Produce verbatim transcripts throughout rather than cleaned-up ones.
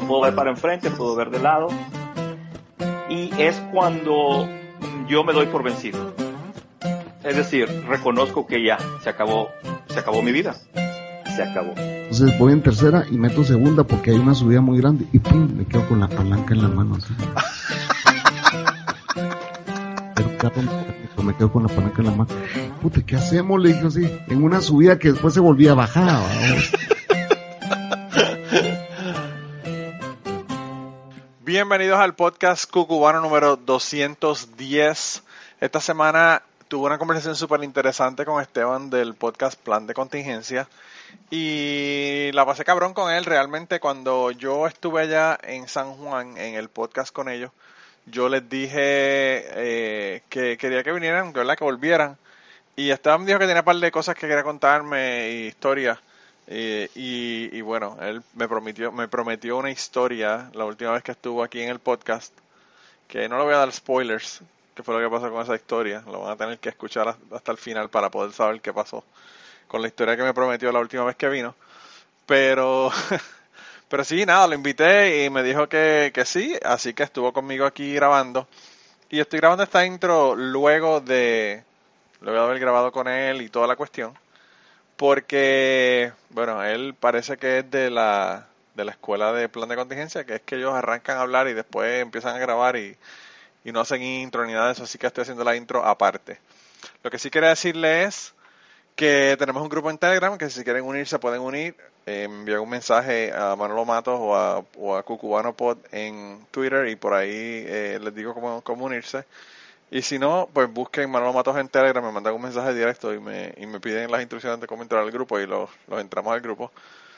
puedo ver para enfrente, puedo ver de lado. Y es cuando yo me doy por vencido. Es decir, reconozco que ya se acabó, se acabó mi vida. Se acabó. Entonces voy en tercera y meto segunda porque hay una subida muy grande y pum, me quedo con la palanca en la mano así. Pero claro, me quedo con la palanca en la mano. Puta, ¿qué hacemos? Le digo así, en una subida que después se volvía a bajar. Vamos. Bienvenidos al podcast Cucubano número doscientos diez. Esta semana tuve una conversación súper interesante con Esteban del podcast Plan de Contingencia y la pasé cabrón con él. Realmente cuando yo estuve allá en San Juan en el podcast con ellos, yo les dije eh, que quería que vinieran, ¿verdad? Que volvieran, y Esteban dijo que tenía un par de cosas que quería contarme y historias. Eh, y, y bueno, él me prometió, me prometió una historia la última vez que estuvo aquí en el podcast, que no le voy a dar spoilers, que fue lo que pasó con esa historia. Lo van a tener que escuchar hasta el final para poder saber qué pasó con la historia que me prometió la última vez que vino. Pero, pero sí, nada, lo invité y me dijo que, que sí, así que estuvo conmigo aquí grabando. Y estoy grabando esta intro luego de, luego de haber grabado con él y toda la cuestión. Porque, bueno, él parece que es de la de la escuela de plan de contingencia, que es que ellos arrancan a hablar y después empiezan a grabar y, y no hacen intro ni nada de eso, así que estoy haciendo la intro aparte. Lo que sí quería decirle es que tenemos un grupo en Telegram, que si quieren unirse pueden unir. Eh, enviar un mensaje a Manolo Matos o a, o a Cucubano Pod en Twitter y por ahí eh, les digo cómo, cómo unirse. Y si no, pues busquen Manolo Matos en Telegram, me mandan un mensaje directo y me, y me piden las instrucciones de cómo entrar al grupo y los, los entramos al grupo.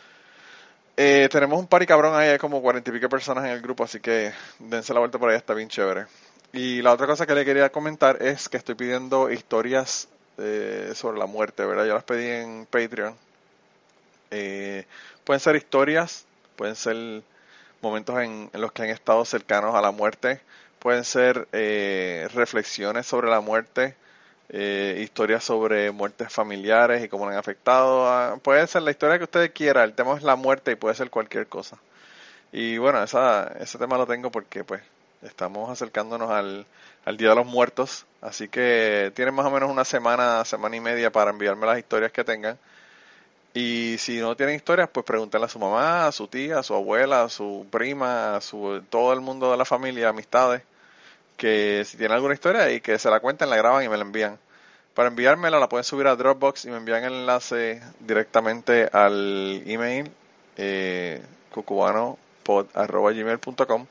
Eh, tenemos un party cabrón ahí, hay como cuarenta y pico personas en el grupo, así que dense la vuelta por ahí, está bien chévere. Y la otra cosa que le quería comentar es que estoy pidiendo historias eh, sobre la muerte, ¿verdad? Yo las pedí en Patreon. Eh, pueden ser historias, pueden ser momentos en, en los que han estado cercanos a la muerte, pueden ser eh, reflexiones sobre la muerte, eh, historias sobre muertes familiares y cómo le han afectado. A, puede ser la historia que ustedes quieran, el tema es la muerte y puede ser cualquier cosa. Y bueno, esa, ese tema lo tengo porque pues estamos acercándonos al, al Día de los Muertos, así que tienen más o menos una semana, semana y media para enviarme las historias que tengan. Y si no tienen historias, pues pregúntenle a su mamá, a su tía, a su abuela, a su prima, a su, todo el mundo de la familia, amistades, que si tienen alguna historia y que se la cuenten, la graban y me la envían. Para enviármela la pueden subir a Dropbox y me envían el enlace directamente al email eh, cucubanopod arroba gmail punto com,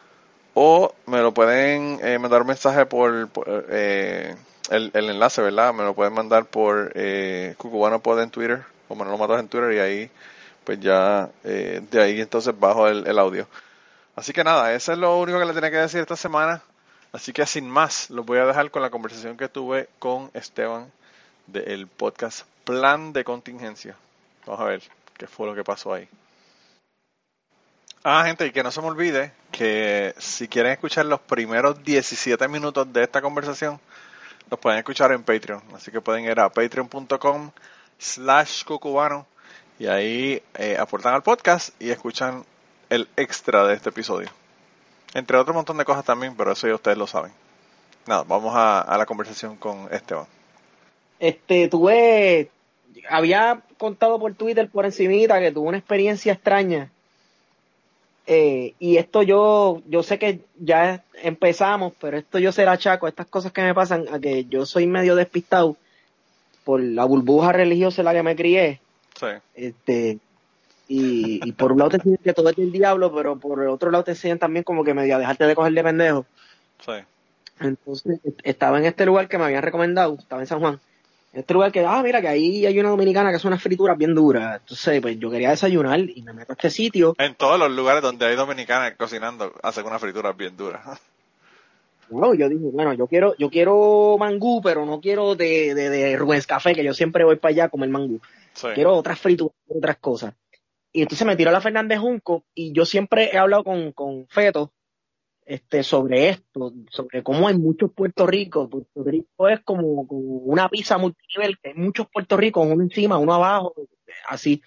o me lo pueden eh, mandar un mensaje por, por eh, el, el enlace, ¿verdad? Me lo pueden mandar por eh, cucubanopod en Twitter o Manolo Matos en Twitter y ahí pues ya eh, de ahí entonces bajo el, el audio. Así que nada, eso es lo único que le tenía que decir esta semana. Así que sin más, los voy a dejar con la conversación que tuve con Esteban del podcast Plan de Contingencia. Vamos a ver qué fue lo que pasó ahí. Ah, gente, y que no se me olvide que si quieren escuchar los primeros diecisiete minutos de esta conversación, los pueden escuchar en Patreon. Así que pueden ir a patreon punto com slash cucubano y ahí eh, aportan al podcast y escuchan el extra de este episodio. Entre otro montón de cosas también, pero eso ya ustedes lo saben. Nada, vamos a, a la conversación con Esteban. Este, tuve, había contado por Twitter por encimita que tuve una experiencia extraña. Eh, y esto yo, yo sé que ya empezamos, pero esto yo será chaco, estas cosas que me pasan, a que yo soy medio despistado por la burbuja religiosa en la que me crié. Sí. Este, y, y por un lado te enseñan que todo es del diablo, pero por el otro lado te enseñan también como que medio a dejarte de coger de pendejo. Sí. Entonces, estaba en este lugar que me habían recomendado, estaba en San Juan. Este lugar que, ah, mira, que ahí hay una dominicana que hace unas frituras bien duras. Entonces, pues yo quería desayunar y me meto a este sitio. En todos los lugares donde hay dominicanas cocinando, hacen unas frituras bien duras. No, yo dije, bueno, yo quiero, yo quiero mangú, pero no quiero de, de, de Rubens Café, que yo siempre voy para allá a comer mangú. Sí. Quiero otras frituras, otras cosas. Y entonces me tiró la Fernández Junco y yo siempre he hablado con, con Feto este, sobre esto, sobre cómo en muchos Puerto Rico, Puerto Rico es como, como una pizza multinivel, que hay muchos Puerto Ricos, uno encima, uno abajo, así.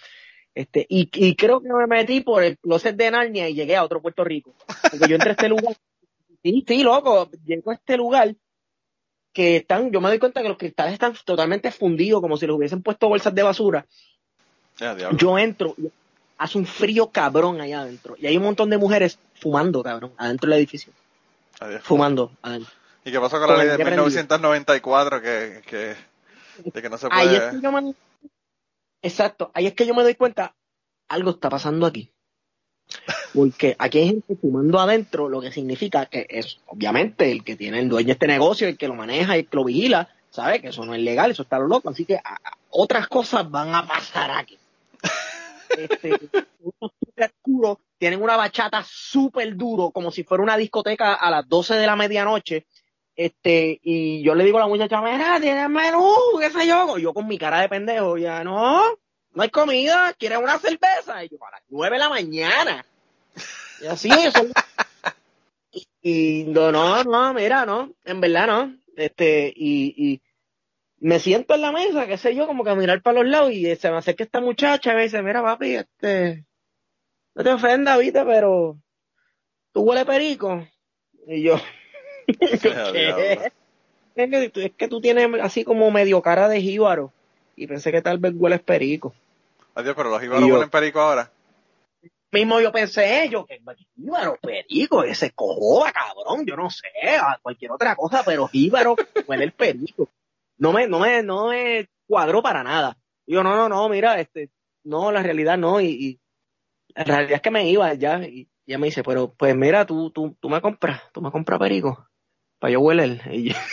Este, y, y creo que me metí por el closet de Narnia y llegué a otro Puerto Rico. Porque yo entré a este lugar, sí, sí, loco, llego a este lugar que están, yo me doy cuenta que los cristales están totalmente fundidos, como si los hubiesen puesto bolsas de basura. Ya, diablo. Yo entro, y hace un frío cabrón allá adentro, y hay un montón de mujeres fumando, cabrón, adentro del edificio. Adiós. Fumando adentro. ¿Y qué pasó con Con la ley el de pie mil novecientos noventa y cuatro que, que, de que no se Ahí es puede... que yo me, exacto, ahí es que yo me doy cuenta, algo está pasando aquí. Porque aquí hay gente fumando adentro, lo que significa que es, obviamente, el que tiene el dueño de este negocio, el que lo maneja, el que lo vigila, sabe que eso no es legal, eso está lo loco, así que a, a, otras cosas van a pasar aquí. Este, unos súper oscuros, tienen una bachata súper duro, como si fuera una discoteca a las doce de la medianoche. Este, y yo le digo a la muchacha, mira, tienes menú, qué sé yo, yo con mi cara de pendejo, ya no, no hay comida, ¿quieres una cerveza? Y yo, a las nueve de la mañana. Y así, eso. Y, y no, no, no, mira, no, en verdad no. Este, y, y me siento en la mesa, qué sé yo, como que a mirar para los lados, y se me acerca esta muchacha y me dice, mira, papi, este, no te ofendas, viste, pero tú hueles perico. Y yo, Ya, diablo. ¿qué? Es que, tú- es que tú tienes así como medio cara de jíbaro. Y pensé que tal vez hueles perico. Adiós, pero los Y jíbaros yo, huelen perico ahora. mismo yo pensé, yo, que jíbaro, perico, ese cojoba, cabrón, yo no sé, a cualquier otra cosa, pero jíbaro huele el perico. No me, no me, no me cuadró para nada. Y yo, no, no, no, mira, este, no, la realidad no, y, y la realidad es que me iba ya, y ella me dice, pero, pues mira, tú, tú, tú me compras, tú me compras perico, para yo hueler. Y yo,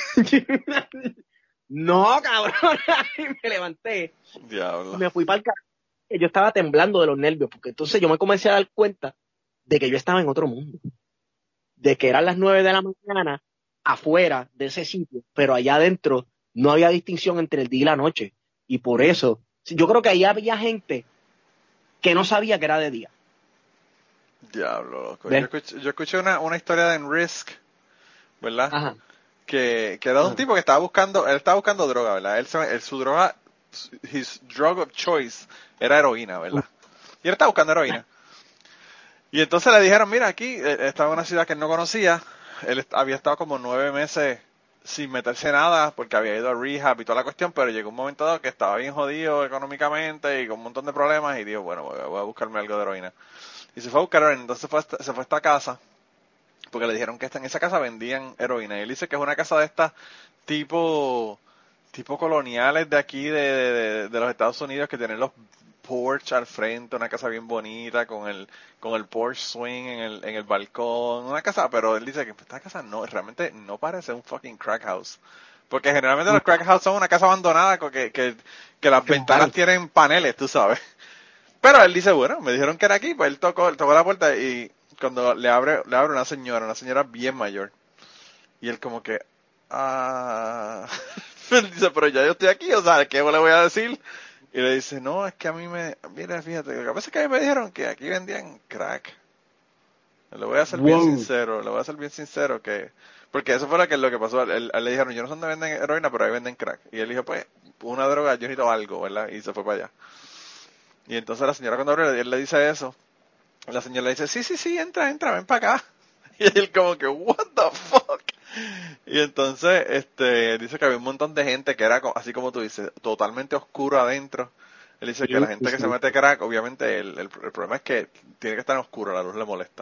no, cabrón, y me levanté, y Diablo. me fui para el carro, yo estaba temblando de los nervios, porque entonces yo me comencé a dar cuenta de que yo estaba en otro mundo, de que eran las nueve de la mañana afuera de ese sitio, pero allá adentro no había distinción entre el día y la noche, y por eso, yo creo que ahí había gente que no sabía que era de día. Diablo, loco. Yo ¿Ves? escuché, yo escuché una, una historia de en Risk, ¿verdad? Ajá. Que, que era de un Ajá. tipo que estaba buscando, él estaba buscando droga, ¿verdad? Él, se- él- su droga, his drug of choice era heroína, ¿verdad? Y él estaba buscando heroína. Y entonces le dijeron, mira, aquí, eh, estaba en una ciudad que él no conocía, él est- había estado como nueve meses sin meterse nada porque había ido a rehab y toda la cuestión, pero llegó un momento dado que estaba bien jodido económicamente y con un montón de problemas y dijo, bueno, voy a, voy a buscarme algo de heroína. Y se fue a buscar heroína, entonces se fue, a esta- se fue a esta casa porque le dijeron que esta- en esa casa vendían heroína. Y él dice que es una casa de estas tipo, tipo coloniales de aquí de, de, de los Estados Unidos que tienen los porch al frente, una casa bien bonita con el con el porch swing en el en el balcón, una casa, pero él dice que esta casa no, realmente no parece un fucking crack house. Porque generalmente los crack house son una casa abandonada con que, que, que las ventanas tienen paneles, tú sabes. Pero él dice, bueno, me dijeron que era aquí, pues él tocó, él tocó la puerta y cuando le abre, le abre una señora, una señora bien mayor. Y él como que, ah, él dice, pero ya yo estoy aquí, o sea, ¿qué le voy a decir? Y le dice, no, es que a mí me, mira, fíjate, lo que pasa es que a mí me dijeron que aquí vendían crack. Le voy a ser bien Wow. sincero, le voy a ser bien sincero que, porque eso fue lo que, lo que pasó, él, él le dijeron, yo no sé dónde venden heroína, pero ahí venden crack. Y él dijo, pues, una droga, yo necesito algo, ¿verdad? Y se fue para allá. Y entonces la señora cuando abre, él le dice eso, la señora le dice, sí, sí, sí, entra, entra, ven para acá. Y él como que, what the fuck. Y entonces, este, dice que había un montón de gente que era, co- así como tú dices, totalmente oscuro adentro. Él dice que la gente que se mete crack, obviamente el, el, el problema es que tiene que estar en oscuro, la luz le molesta.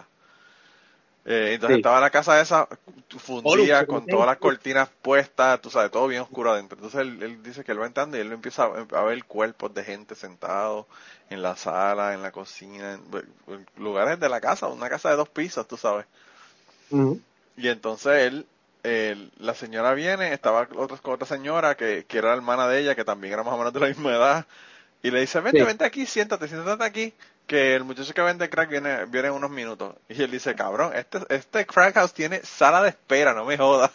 Eh, entonces Sí. estaba la casa esa Olu, fundida se con meten- todas las cortinas puestas, tú sabes, todo bien oscuro adentro. Entonces él, él dice que él va entrando y él empieza a, a ver cuerpos de gente sentados en la sala, en la cocina, en, en lugares de la casa, una casa de dos pisos, tú sabes. Ujú. Y entonces él, él- la señora viene, estaba otra, con otra señora que, que era la hermana de ella, que también era más o menos de la misma edad, y le dice, vente, Sí. vente aquí, siéntate, siéntate aquí, que el muchacho que vende crack viene, viene en unos minutos. Y él dice, cabrón, este, este crack house tiene sala de espera, no me jodas.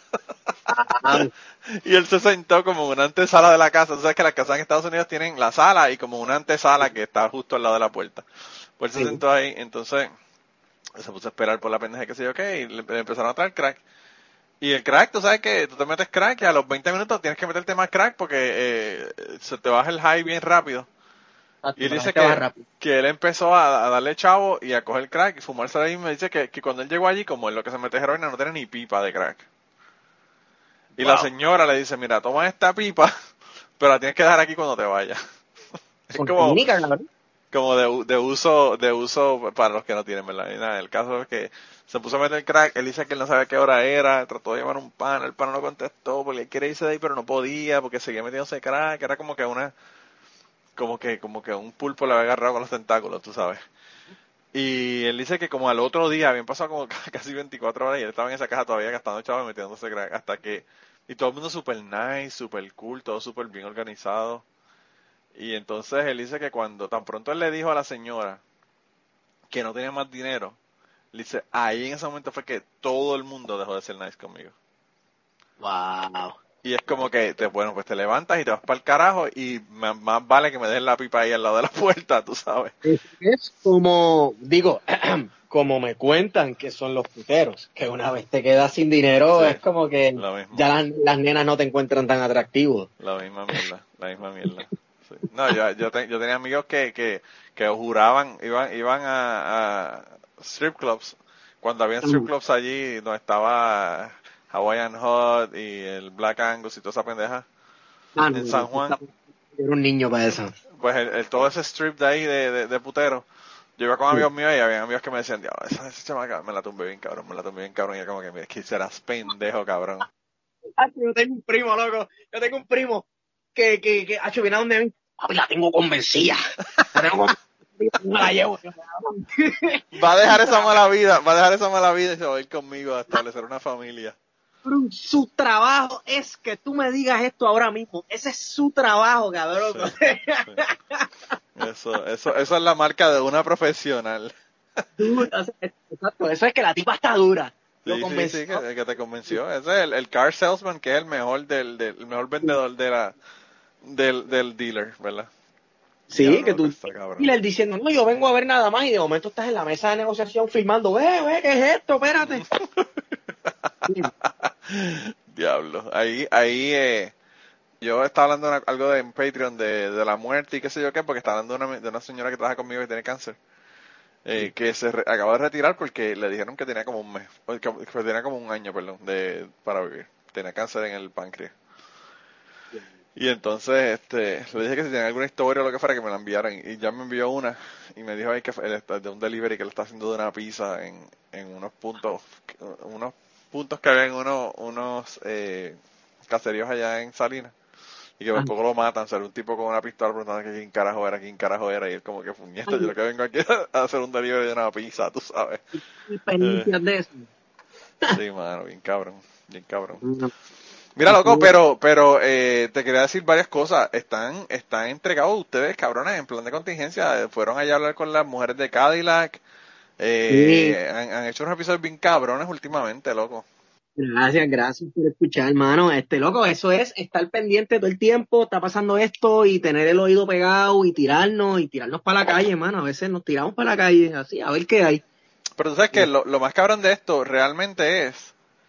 Ah, Y él se sentó como en una antesala de la casa. Tú sabes que las casas en Estados Unidos tienen la sala y como una antesala que está justo al lado de la puerta. Pues él se sí. sentó ahí, entonces se puso a esperar por la pendeja que sé yo qué, y le, le empezaron a traer crack. Y el crack, tú sabes que tú te metes crack y a los veinte minutos tienes que meterte más crack porque eh, se te baja el high bien rápido. Y él dice que, que él empezó a, a darle chavo y a coger crack y fumarse ahí. Y me dice que, que cuando él llegó allí, como él lo que se mete es heroína, no tiene ni pipa de crack. Y wow. La señora le dice, mira, toma esta pipa, pero la tienes que dejar aquí cuando te vayas. Es como, como de, de uso de uso para los que no tienen, ¿verdad? Y nada, el caso es que se puso a meter el crack, él dice que él no sabía qué hora era, trató de llamar un pan, el pan no contestó porque él quería irse de ahí, pero no podía porque seguía metiéndose crack, era como que una... como que como que un pulpo le había agarrado con los tentáculos, tú sabes. Y él dice que como al otro día, habían pasado como casi veinticuatro horas y él estaba en esa caja todavía gastando chavos y metiéndose crack, hasta que, y todo el mundo super nice, super cool, todo super bien organizado. Y entonces él dice que cuando tan pronto él le dijo a la señora que no tenía más dinero, le dice, ahí en ese momento fue que todo el mundo dejó de ser nice conmigo. Wow. Y es como que, te, bueno, pues te levantas y te vas para el carajo y más, más vale que me dejes la pipa ahí al lado de la puerta, tú sabes. Es, es como, digo, como me cuentan que son los puteros, que una vez te quedas sin dinero, sí, es como que ya las, las nenas no te encuentran tan atractivos. La misma mierda, la misma mierda. Sí. No, yo, yo, te, yo tenía amigos que, que, que juraban, iban, iban a, a strip clubs, cuando había strip clubs allí donde estaba... Hawaiian Hot y el Black Angus y toda esa pendeja ah, en no, San Juan. Yo era un niño para eso. Pues el, el, todo ese strip de ahí de, de, de putero, yo iba con sí. amigos míos y había amigos que me decían, diablo, esa, esa chamaca me la tumbé bien cabrón, me la tumbé bien cabrón. Y yo como que, que serás pendejo, cabrón. Yo tengo un primo, loco, yo tengo un primo que, que, que, hacho, viene a donde mí, papi, la tengo convencida. La tengo convencida. No la llevo. Va a dejar esa mala vida, va a dejar esa mala vida y se va a ir conmigo a establecer una familia. Su trabajo es que tú me digas esto ahora mismo. Ese es su trabajo, cabrón. Sí, sí. Eso, eso, eso es la marca de una profesional. Tú, exacto, eso es que la tipa está dura. Sí, Lo sí, sí, que, que te convenció. Ese es el, el car salesman, que es el mejor del, del el mejor vendedor de la del, del dealer, ¿verdad? Sí, Diablo, que tú está, y él diciendo, no, yo vengo a ver nada más y de momento estás en la mesa de negociación firmando, ve, ve, ¿qué es esto? Espérate. Diablo, ahí, ahí, eh, yo estaba hablando de una, algo de en Patreon de, de la muerte y qué sé yo qué, porque estaba hablando de una, de una señora que trabaja conmigo que tiene cáncer, eh, que se re, acaba de retirar porque le dijeron que tenía como un mes, que, que tenía como un año, perdón, de, para vivir, tenía cáncer en el páncreas. Y entonces, este, le dije que si tenía alguna historia o lo que fuera que me la enviaran, y ya me envió una, y me dijo ahí que él está de un delivery que le está haciendo de una pizza en, en unos puntos, unos puntos que había en unos, unos eh, caseríos allá en Salinas, y que por poco lo matan, sale un tipo con una pistola preguntando que quién carajo era, quién carajo era, y él como que puñeta, yo lo que vengo aquí a hacer un delivery de una pizza, tú sabes. ¿Y penitencias eh, de eso? Sí, mano, bien cabrón, bien cabrón. Mira, loco, pero pero eh, te quería decir varias cosas. Están están entregados ustedes, cabrones, en plan de contingencia. Fueron allá a hablar con las mujeres de Cadillac. Eh, sí. han, han hecho unos episodios bien cabrones últimamente, loco. Gracias, gracias por escuchar, hermano. Este, loco, eso es estar pendiente todo el tiempo. Está pasando esto y tener el oído pegado y tirarnos y tirarnos para la calle, hermano. A veces nos tiramos para la calle, así, a ver qué hay. Pero tú sabes que lo, lo más cabrón de esto realmente es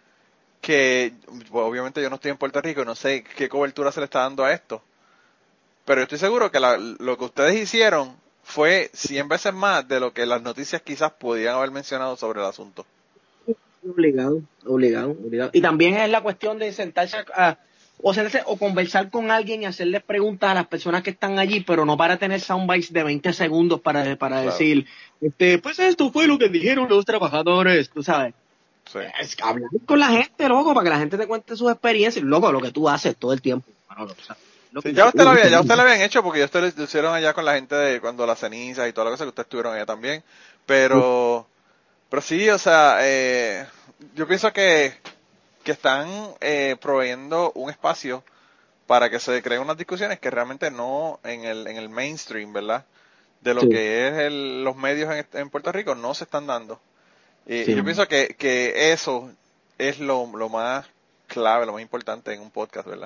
que pues, obviamente yo no estoy en Puerto Rico y no sé qué cobertura se le está dando a esto, pero yo estoy seguro que la, lo que ustedes hicieron fue cien veces más de lo que las noticias quizás podían haber mencionado sobre el asunto. Obligado, obligado, obligado. Y también es la cuestión de sentarse a, o sentarse o conversar con alguien y hacerles preguntas a las personas que están allí, pero no para tener soundbites de veinte segundos para, para claro. decir, este, pues esto fue lo que dijeron los trabajadores, tú sabes. Sí. Es que hablar con la gente, loco, para que la gente te cuente sus experiencias, loco, lo que tú haces todo el tiempo. Bueno, lo, lo sí, ya usted lo había, ya usted lo habían hecho porque ya ustedes lo hicieron allá con la gente de cuando la ceniza y toda la cosa que ustedes estuvieron allá también, pero, pero sí, o sea, eh, yo pienso que, que están eh, proveyendo un espacio para que se creen unas discusiones que realmente no en el en el mainstream, ¿verdad? De lo sí. que es el, los medios en, en Puerto Rico no se están dando. Y sí. yo pienso que, que eso es lo, lo más clave, lo más importante en un podcast, ¿verdad?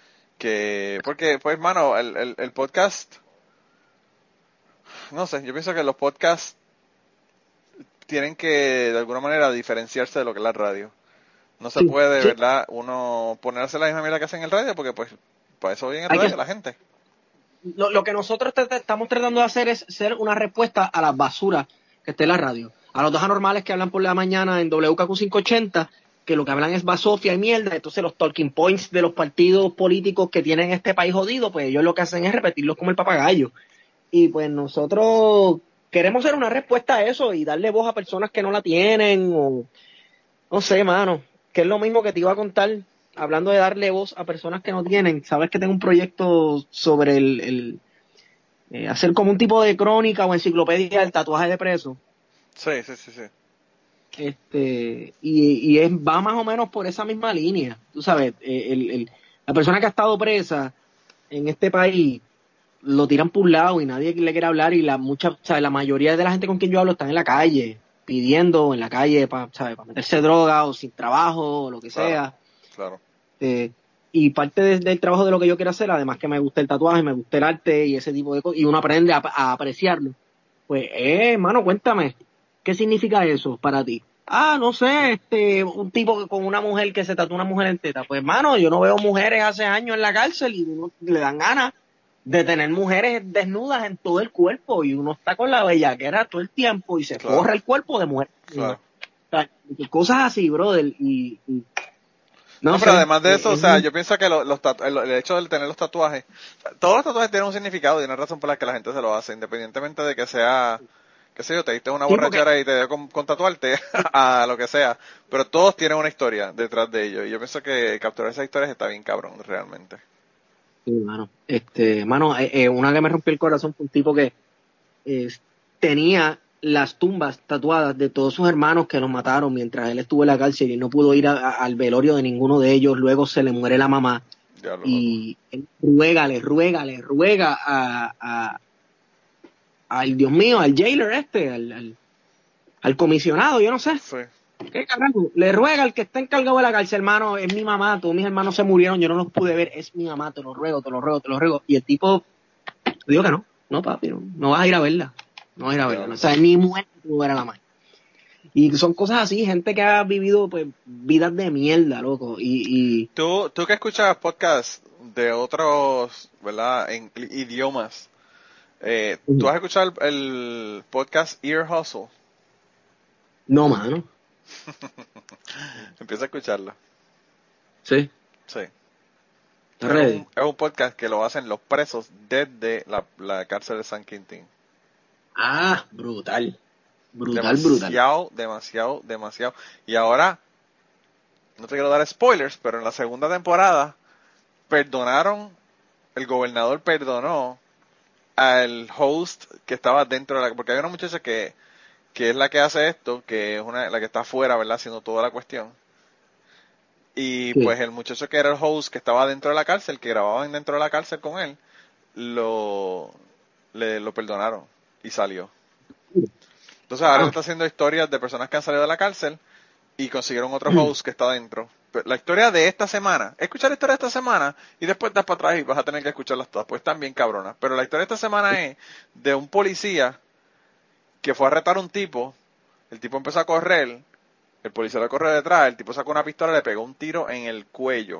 Que, porque, pues, hermano, el, el, el podcast, no sé, yo pienso que los podcasts tienen que, de alguna manera, diferenciarse de lo que es la radio. No se sí. puede, sí. ¿verdad? Uno ponerse la misma mierda que hace en el radio, porque, pues, para eso viene el radio que... la gente. lo, lo que nosotros te, te estamos tratando de hacer es ser una respuesta a las basuras que está en la radio. A los dos anormales que hablan por la mañana en W K Q quinientos ochenta, que lo que hablan es basofia y mierda, entonces los talking points de los partidos políticos que tienen este país jodido, pues ellos lo que hacen es repetirlos como el papagayo. Y pues nosotros queremos ser una respuesta a eso y darle voz a personas que no la tienen, o no sé, mano, que es lo mismo que te iba a contar, hablando de darle voz a personas que no tienen. Sabes que tengo un proyecto sobre el, el eh, hacer como un tipo de crónica o enciclopedia del tatuaje de preso. Sí, sí, sí, sí. Este, y, y es, va más o menos por esa misma línea. Tú sabes, eh, el, el, la persona que ha estado presa en este país lo tiran por un lado y nadie le quiere hablar, y la mucha, o sea, la mayoría de la gente con quien yo hablo están en la calle, pidiendo en la calle para para meterse droga o sin trabajo o lo que Claro, sea. claro. Eh, y parte de, del trabajo de lo que yo quiero hacer, además que me gusta el tatuaje, me gusta el arte y ese tipo de cosas, y uno aprende a, a apreciarlo, pues, eh, hermano, cuéntame, ¿qué significa eso para ti? Ah, no sé, este, un tipo con una mujer que se tatúa una mujer en teta. Pues, hermano, yo no veo mujeres hace años en la cárcel y uno le dan ganas de tener mujeres desnudas en todo el cuerpo, y uno está con la bellaquera todo el tiempo y se Claro. forra el cuerpo de mujer. Claro. O sea, cosas así, brother, y... y No, no pero sé, además de eso, es- o sea, yo pienso que lo- los tatu- el, el hecho de tener los tatuajes, o sea, todos los tatuajes tienen un significado y una razón por la que la gente se lo hace, independientemente de que sea, qué sé yo, te diste una Sí, borrachera y te dio con, con tatuarte a lo que sea, pero todos tienen una historia detrás de ellos y yo pienso que capturar esas historias está bien cabrón, realmente. Sí, mano. Este, mano, eh, eh, una que me rompió el corazón fue un tipo que eh, tenía las tumbas tatuadas de todos sus hermanos que los mataron mientras él estuvo en la cárcel, y no pudo ir a- a- al velorio de ninguno de ellos. Luego se le muere la mamá Ya lo loco. y él ruega, le ruega, le ruega a, a- al Dios mío, al jailer este, al, al, al comisionado, yo no sé. Sí. ¿Qué carajo? Le ruega al que está encargado de la cárcel, hermano, es mi mamá, todos mis hermanos se murieron, yo no los pude ver, es mi mamá, te lo ruego, te lo ruego, te lo ruego. Y el tipo dijo que no, no papi, no, no vas a ir a verla, no vas a ir a verla, no, o sea, ni muerte pudo ver a la madre. Y son cosas así, gente que ha vivido pues vidas de mierda, loco, y, y Tú, tú que escuchas podcasts de otros, ¿verdad?, en idiomas, eh, ¿tú has escuchado el, el podcast Ear Hustle? no, mano, Empieza a escucharlo. sí, Sí. está Es ready. un, es un podcast que lo hacen los presos desde la, la cárcel de San Quintín. Ah, brutal, brutal, brutal. Demasiado, demasiado, demasiado. Y ahora, no te quiero dar spoilers, pero en la segunda temporada, perdonaron, el gobernador perdonó al host que estaba dentro de la... Porque hay una muchacha que, que es la que hace esto, que es una la que está afuera, ¿verdad?, haciendo toda la cuestión. Y Sí. pues el muchacho que era el host, que estaba dentro de la cárcel, que grababan dentro de la cárcel con él, lo, le, lo perdonaron y salió. Entonces ahora Ah. él está haciendo historias de personas que han salido de la cárcel y consiguieron otro host que está dentro. Pero la historia de esta semana, escuchar la historia de esta semana y después das para atrás y vas a tener que escucharlas todas, pues están bien cabronas. Pero la historia de esta semana es de un policía que fue a retar a un tipo, el tipo empezó a correr, el policía le corre detrás, el tipo sacó una pistola y le pegó un tiro en el cuello.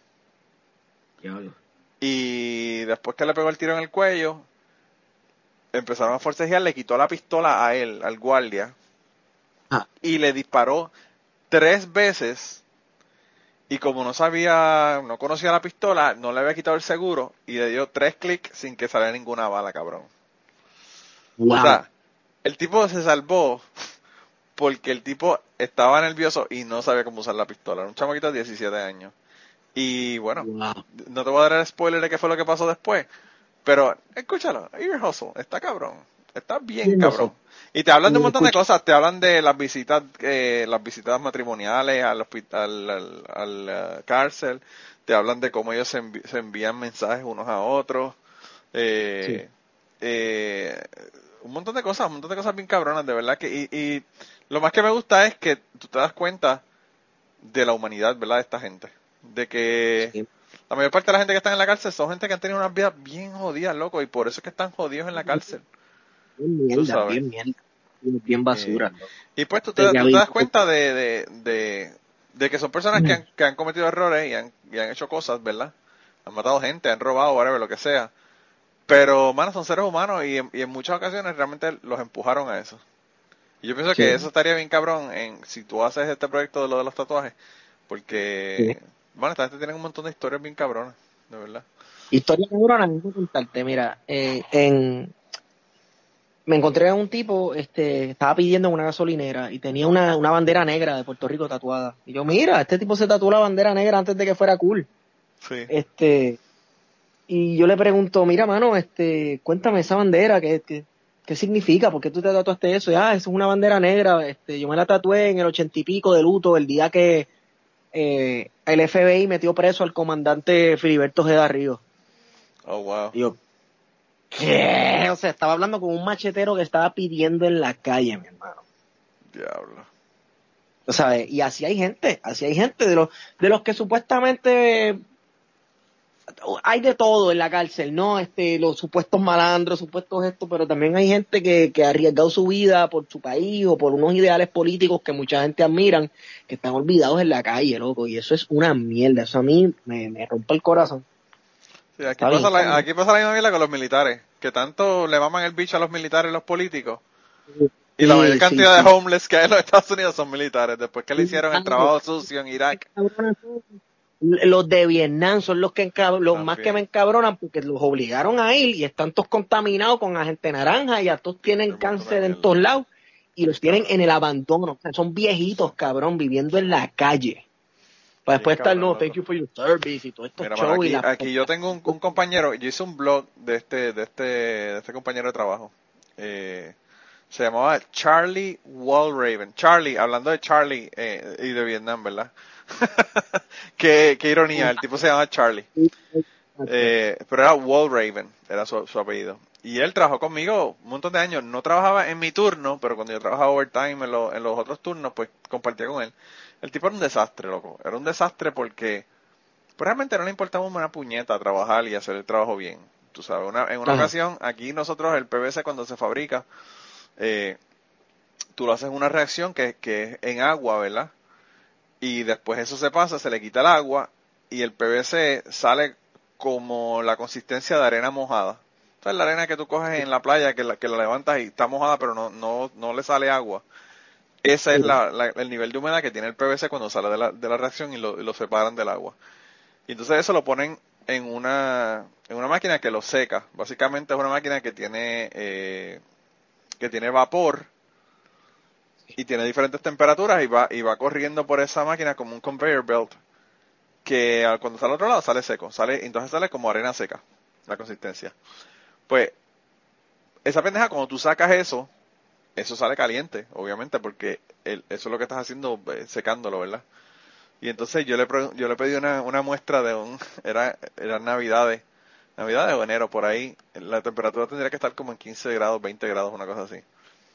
Diablo. Y después que le pegó el tiro en el cuello, empezaron a forcejear, le quitó la pistola a él, al guardia, Ah. y le disparó tres veces. Y como no sabía, no conocía la pistola, no le había quitado el seguro y le dio tres clics sin que saliera ninguna bala, cabrón. Wow. O sea, el tipo se salvó porque el tipo estaba nervioso y no sabía cómo usar la pistola. Era un chamaquito de diecisiete años. Y bueno, Wow. no te voy a dar el spoiler de qué fue lo que pasó después, pero escúchalo, Ear Hustle, está cabrón, está bien Ear cabrón. Hustle. Y te hablan de un Lo montón de escucho. cosas, te hablan de las visitas, eh, las visitas matrimoniales al hospital, al, al, al, uh, cárcel, te hablan de cómo ellos se, envi- se envían mensajes unos a otros, eh, eh, un montón de cosas, un montón de cosas bien cabronas, de verdad que, y, y lo más que me gusta es que tú te das cuenta de la humanidad, ¿verdad?, de esta gente, de que Sí. la mayor parte de la gente que está en la cárcel son gente que han tenido unas vidas bien jodidas, loco, y por eso es que están jodidos en la cárcel. Bien Tú mierda, sabes. bien mierda. Bien basura. ¿no? Y pues tú te, De que tú te había- das cuenta de, de, de, de que son personas que han, que han cometido errores y han, y han hecho cosas, ¿verdad? Han matado gente, han robado, whatever, lo que sea. Pero, mano, son seres humanos y en, y en muchas ocasiones realmente los empujaron a eso. Y yo pienso Sí. que eso estaría bien cabrón en si tú haces este proyecto de lo de los tatuajes, porque, Sí. bueno, esta gente tiene un montón de historias bien cabronas, de verdad. Historia cabrona, déjame contarte, mira, eh, en, me encontré a un tipo, este, estaba pidiendo en una gasolinera y tenía una, una bandera negra de Puerto Rico tatuada. Y yo, mira, este tipo se tatuó la bandera negra antes de que fuera cool. Sí. Este, y yo le pregunto, mira, mano, este, cuéntame esa bandera, ¿qué, qué, qué significa? ¿Por qué tú te tatuaste eso? Y, ah, eso es una bandera negra, este, yo me la tatué en el ochenta y pico de luto, el día que eh, el F B I metió preso al comandante Filiberto Ojeda Ríos. Oh, wow. Y yo, ¿qué? O sea, estaba hablando con un machetero que estaba pidiendo en la calle, mi hermano. Diablo. O sea, y así hay gente, así hay gente de los, de los que supuestamente hay de todo en la cárcel, ¿no? Este, los supuestos malandros, supuestos esto, pero también hay gente que, que ha arriesgado su vida por su país o por unos ideales políticos que mucha gente admiran, que están olvidados en la calle, loco, y eso es una mierda, eso a mí me, me rompe el corazón. Sí, aquí Está bien, pasa, está la, bien. aquí pasa la misma mierda con los militares, que tanto le maman el bicho a los militares y los políticos, y la mayor Sí, cantidad sí, de sí. homeless que hay en los Estados Unidos son militares, después que le hicieron el trabajo sucio en Irak. Los de Vietnam son los que encab- los más que me También. encabronan porque los obligaron a ir y están todos contaminados con agente naranja y a todos tienen Un montón de cáncer en mierda. todos lados y los Bien tienen cabrón. en el abandono. O sea, son viejitos, cabrón, viviendo en la calle. Para después Bien estar, cabrón, no, loco. thank you for your service y todo esto Mira, mano, show y aquí, la... aquí yo tengo un, un compañero, yo hice un blog de este, de este, de este compañero de trabajo. Eh, se llamaba Charlie Walraven. Charlie, hablando de Charlie eh, y de Vietnam, ¿verdad? qué, qué ironía, el tipo se llama Charlie. Eh, pero era Walraven, era su, su apellido. Y él trabajó conmigo un montón de años. No trabajaba en mi turno, pero cuando yo trabajaba overtime en, lo- en los otros turnos, pues compartía con él. El tipo era un desastre, loco. Era un desastre porque pues, realmente no le importaba una puñeta trabajar y hacer el trabajo bien. Tú sabes, una, en una Ajá. ocasión, aquí nosotros el P V C cuando se fabrica, eh, tú lo haces en una reacción que, que es en agua, ¿verdad? Y después eso se pasa, se le quita el agua y el P V C sale como la consistencia de arena mojada. Entonces la arena que tú coges en la playa, que la, que la levantas y está mojada pero no, no, no le sale agua. Ese es la, la- el nivel de humedad que tiene el P V C cuando sale de la, de la reacción y lo, y lo separan del agua. Y entonces eso lo ponen en una, en una máquina que lo seca. Básicamente es una máquina que tiene, eh, que tiene vapor y tiene diferentes temperaturas y va, y va corriendo por esa máquina como un conveyor belt que al- cuando sale al otro lado sale seco, sale, entonces sale como arena seca, la consistencia. Pues, esa pendeja cuando tú sacas eso, eso sale caliente, obviamente, porque el- eso es lo que estás haciendo, eh, secándolo, ¿verdad? Y entonces yo le, pre- yo le pedí una, una muestra de un, era, eran navidades, navidades o enero, por ahí, la temperatura tendría que estar como en quince grados, veinte grados, una cosa así.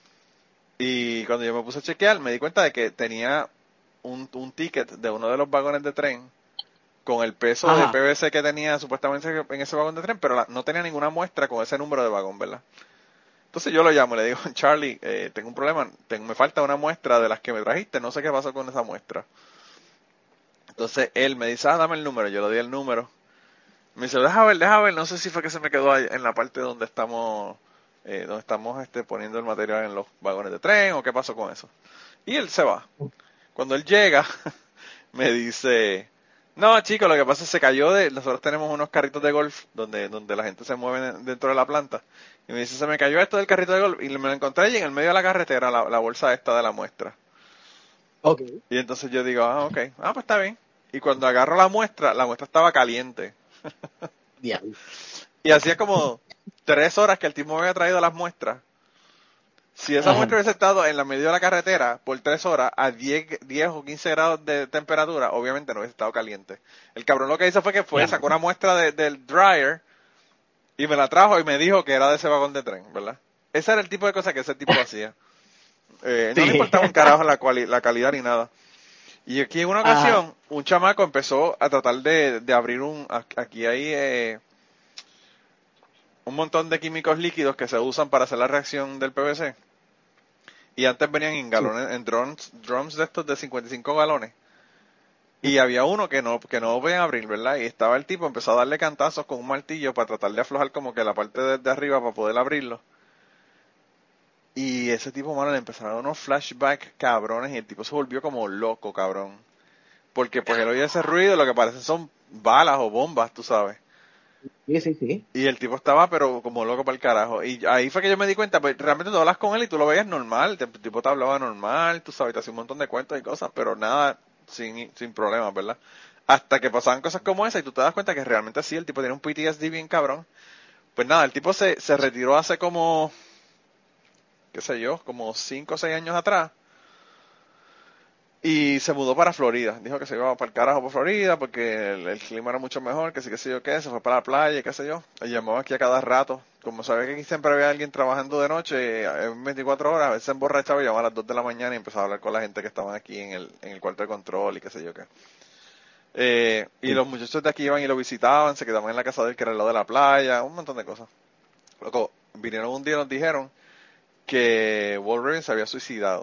Y cuando yo me puse a chequear, me di cuenta de que tenía un, un ticket de uno de los vagones de tren con el peso de Ajá. P V C que tenía supuestamente en ese vagón de tren, pero la- no tenía ninguna muestra con ese número de vagón, ¿verdad? Entonces yo lo llamo y le digo, Charlie, eh, tengo un problema, tengo, me falta una muestra de las que me trajiste, no sé qué pasó con esa muestra. Entonces él me dice, ah, dame el número, yo le di el número. Me dice, deja ver, deja ver, no sé si fue que se me quedó ahí en la parte donde estamos, eh, donde estamos este, poniendo el material en los vagones de tren o qué pasó con eso. Y él se va. Cuando él llega, me dice, no, chicos, lo que pasa es que se cayó de, nosotros tenemos unos carritos de golf donde, donde la gente se mueve dentro de la planta. Y me dice, se me cayó esto del carrito de golf y me lo encontré allí en el medio de la carretera, la, la bolsa esta de la muestra. Ok. Y entonces yo digo, ah, ok, ah, pues está bien. Y cuando agarro la muestra, la muestra estaba caliente. Diablo. Y hacía como tres horas que el tipo me había traído las muestras. Si esa Ajá. muestra hubiese estado en la medio de la carretera por tres horas a diez, diez o quince grados de temperatura, obviamente no hubiese estado caliente. El cabrón lo que hizo fue que fue, Diablo. sacó una muestra de- del dryer y me la trajo y me dijo que era de ese vagón de tren, ¿verdad? Ese era el tipo de cosas que ese tipo hacía. Eh, no le Sí. importaba un carajo la, cuali- la calidad ni nada. Y aquí en una Ajá. ocasión, un chamaco empezó a tratar de, de abrir un... Aquí hay eh, un montón de químicos líquidos que se usan para hacer la reacción del P V C. Y antes venían en Sí. galones, en drums, drums de estos de cincuenta y cinco galones. Y había uno que no, que no podían abrir, ¿verdad? Y estaba el tipo, empezó a darle cantazos con un martillo para tratar de aflojar como que la parte de, de arriba para poder abrirlo. Y ese tipo, mano, le empezaron a dar unos flashbacks cabrones y el tipo se volvió como loco, cabrón. Porque pues él oye ese ruido, lo que parecen son balas o bombas, tú sabes. Sí, sí, sí. Y el tipo estaba pero como loco para el carajo. Y ahí fue que yo me di cuenta, pues realmente tú hablas con él y tú lo veías normal, el tipo te hablaba normal, tú sabes, te hacía un montón de cuentos y cosas, pero nada sin, sin problemas, ¿verdad? Hasta que pasaban cosas como esa y tú te das cuenta que realmente sí, el tipo tiene un P T S D bien cabrón. Pues nada, el tipo se, se retiró hace como, qué sé yo, como cinco o seis años atrás. Y se mudó para Florida. Dijo que se iba para el carajo por Florida porque el, el clima era mucho mejor, que sí, que sé yo qué. Se fue para la playa y qué sé yo. Y llamó aquí a cada rato. Como sabía que aquí siempre había alguien trabajando de noche, en veinticuatro horas, a veces se emborrachaba y llamaba a las dos de la mañana y empezaba a hablar con la gente que estaban aquí en el, en el cuarto de control y qué sé yo qué. Eh, y los muchachos de aquí iban y lo visitaban, se quedaban en la casa de él, que era al lado de la playa, un montón de cosas. Loco, vinieron un día y nos dijeron que Wolverine se había suicidado.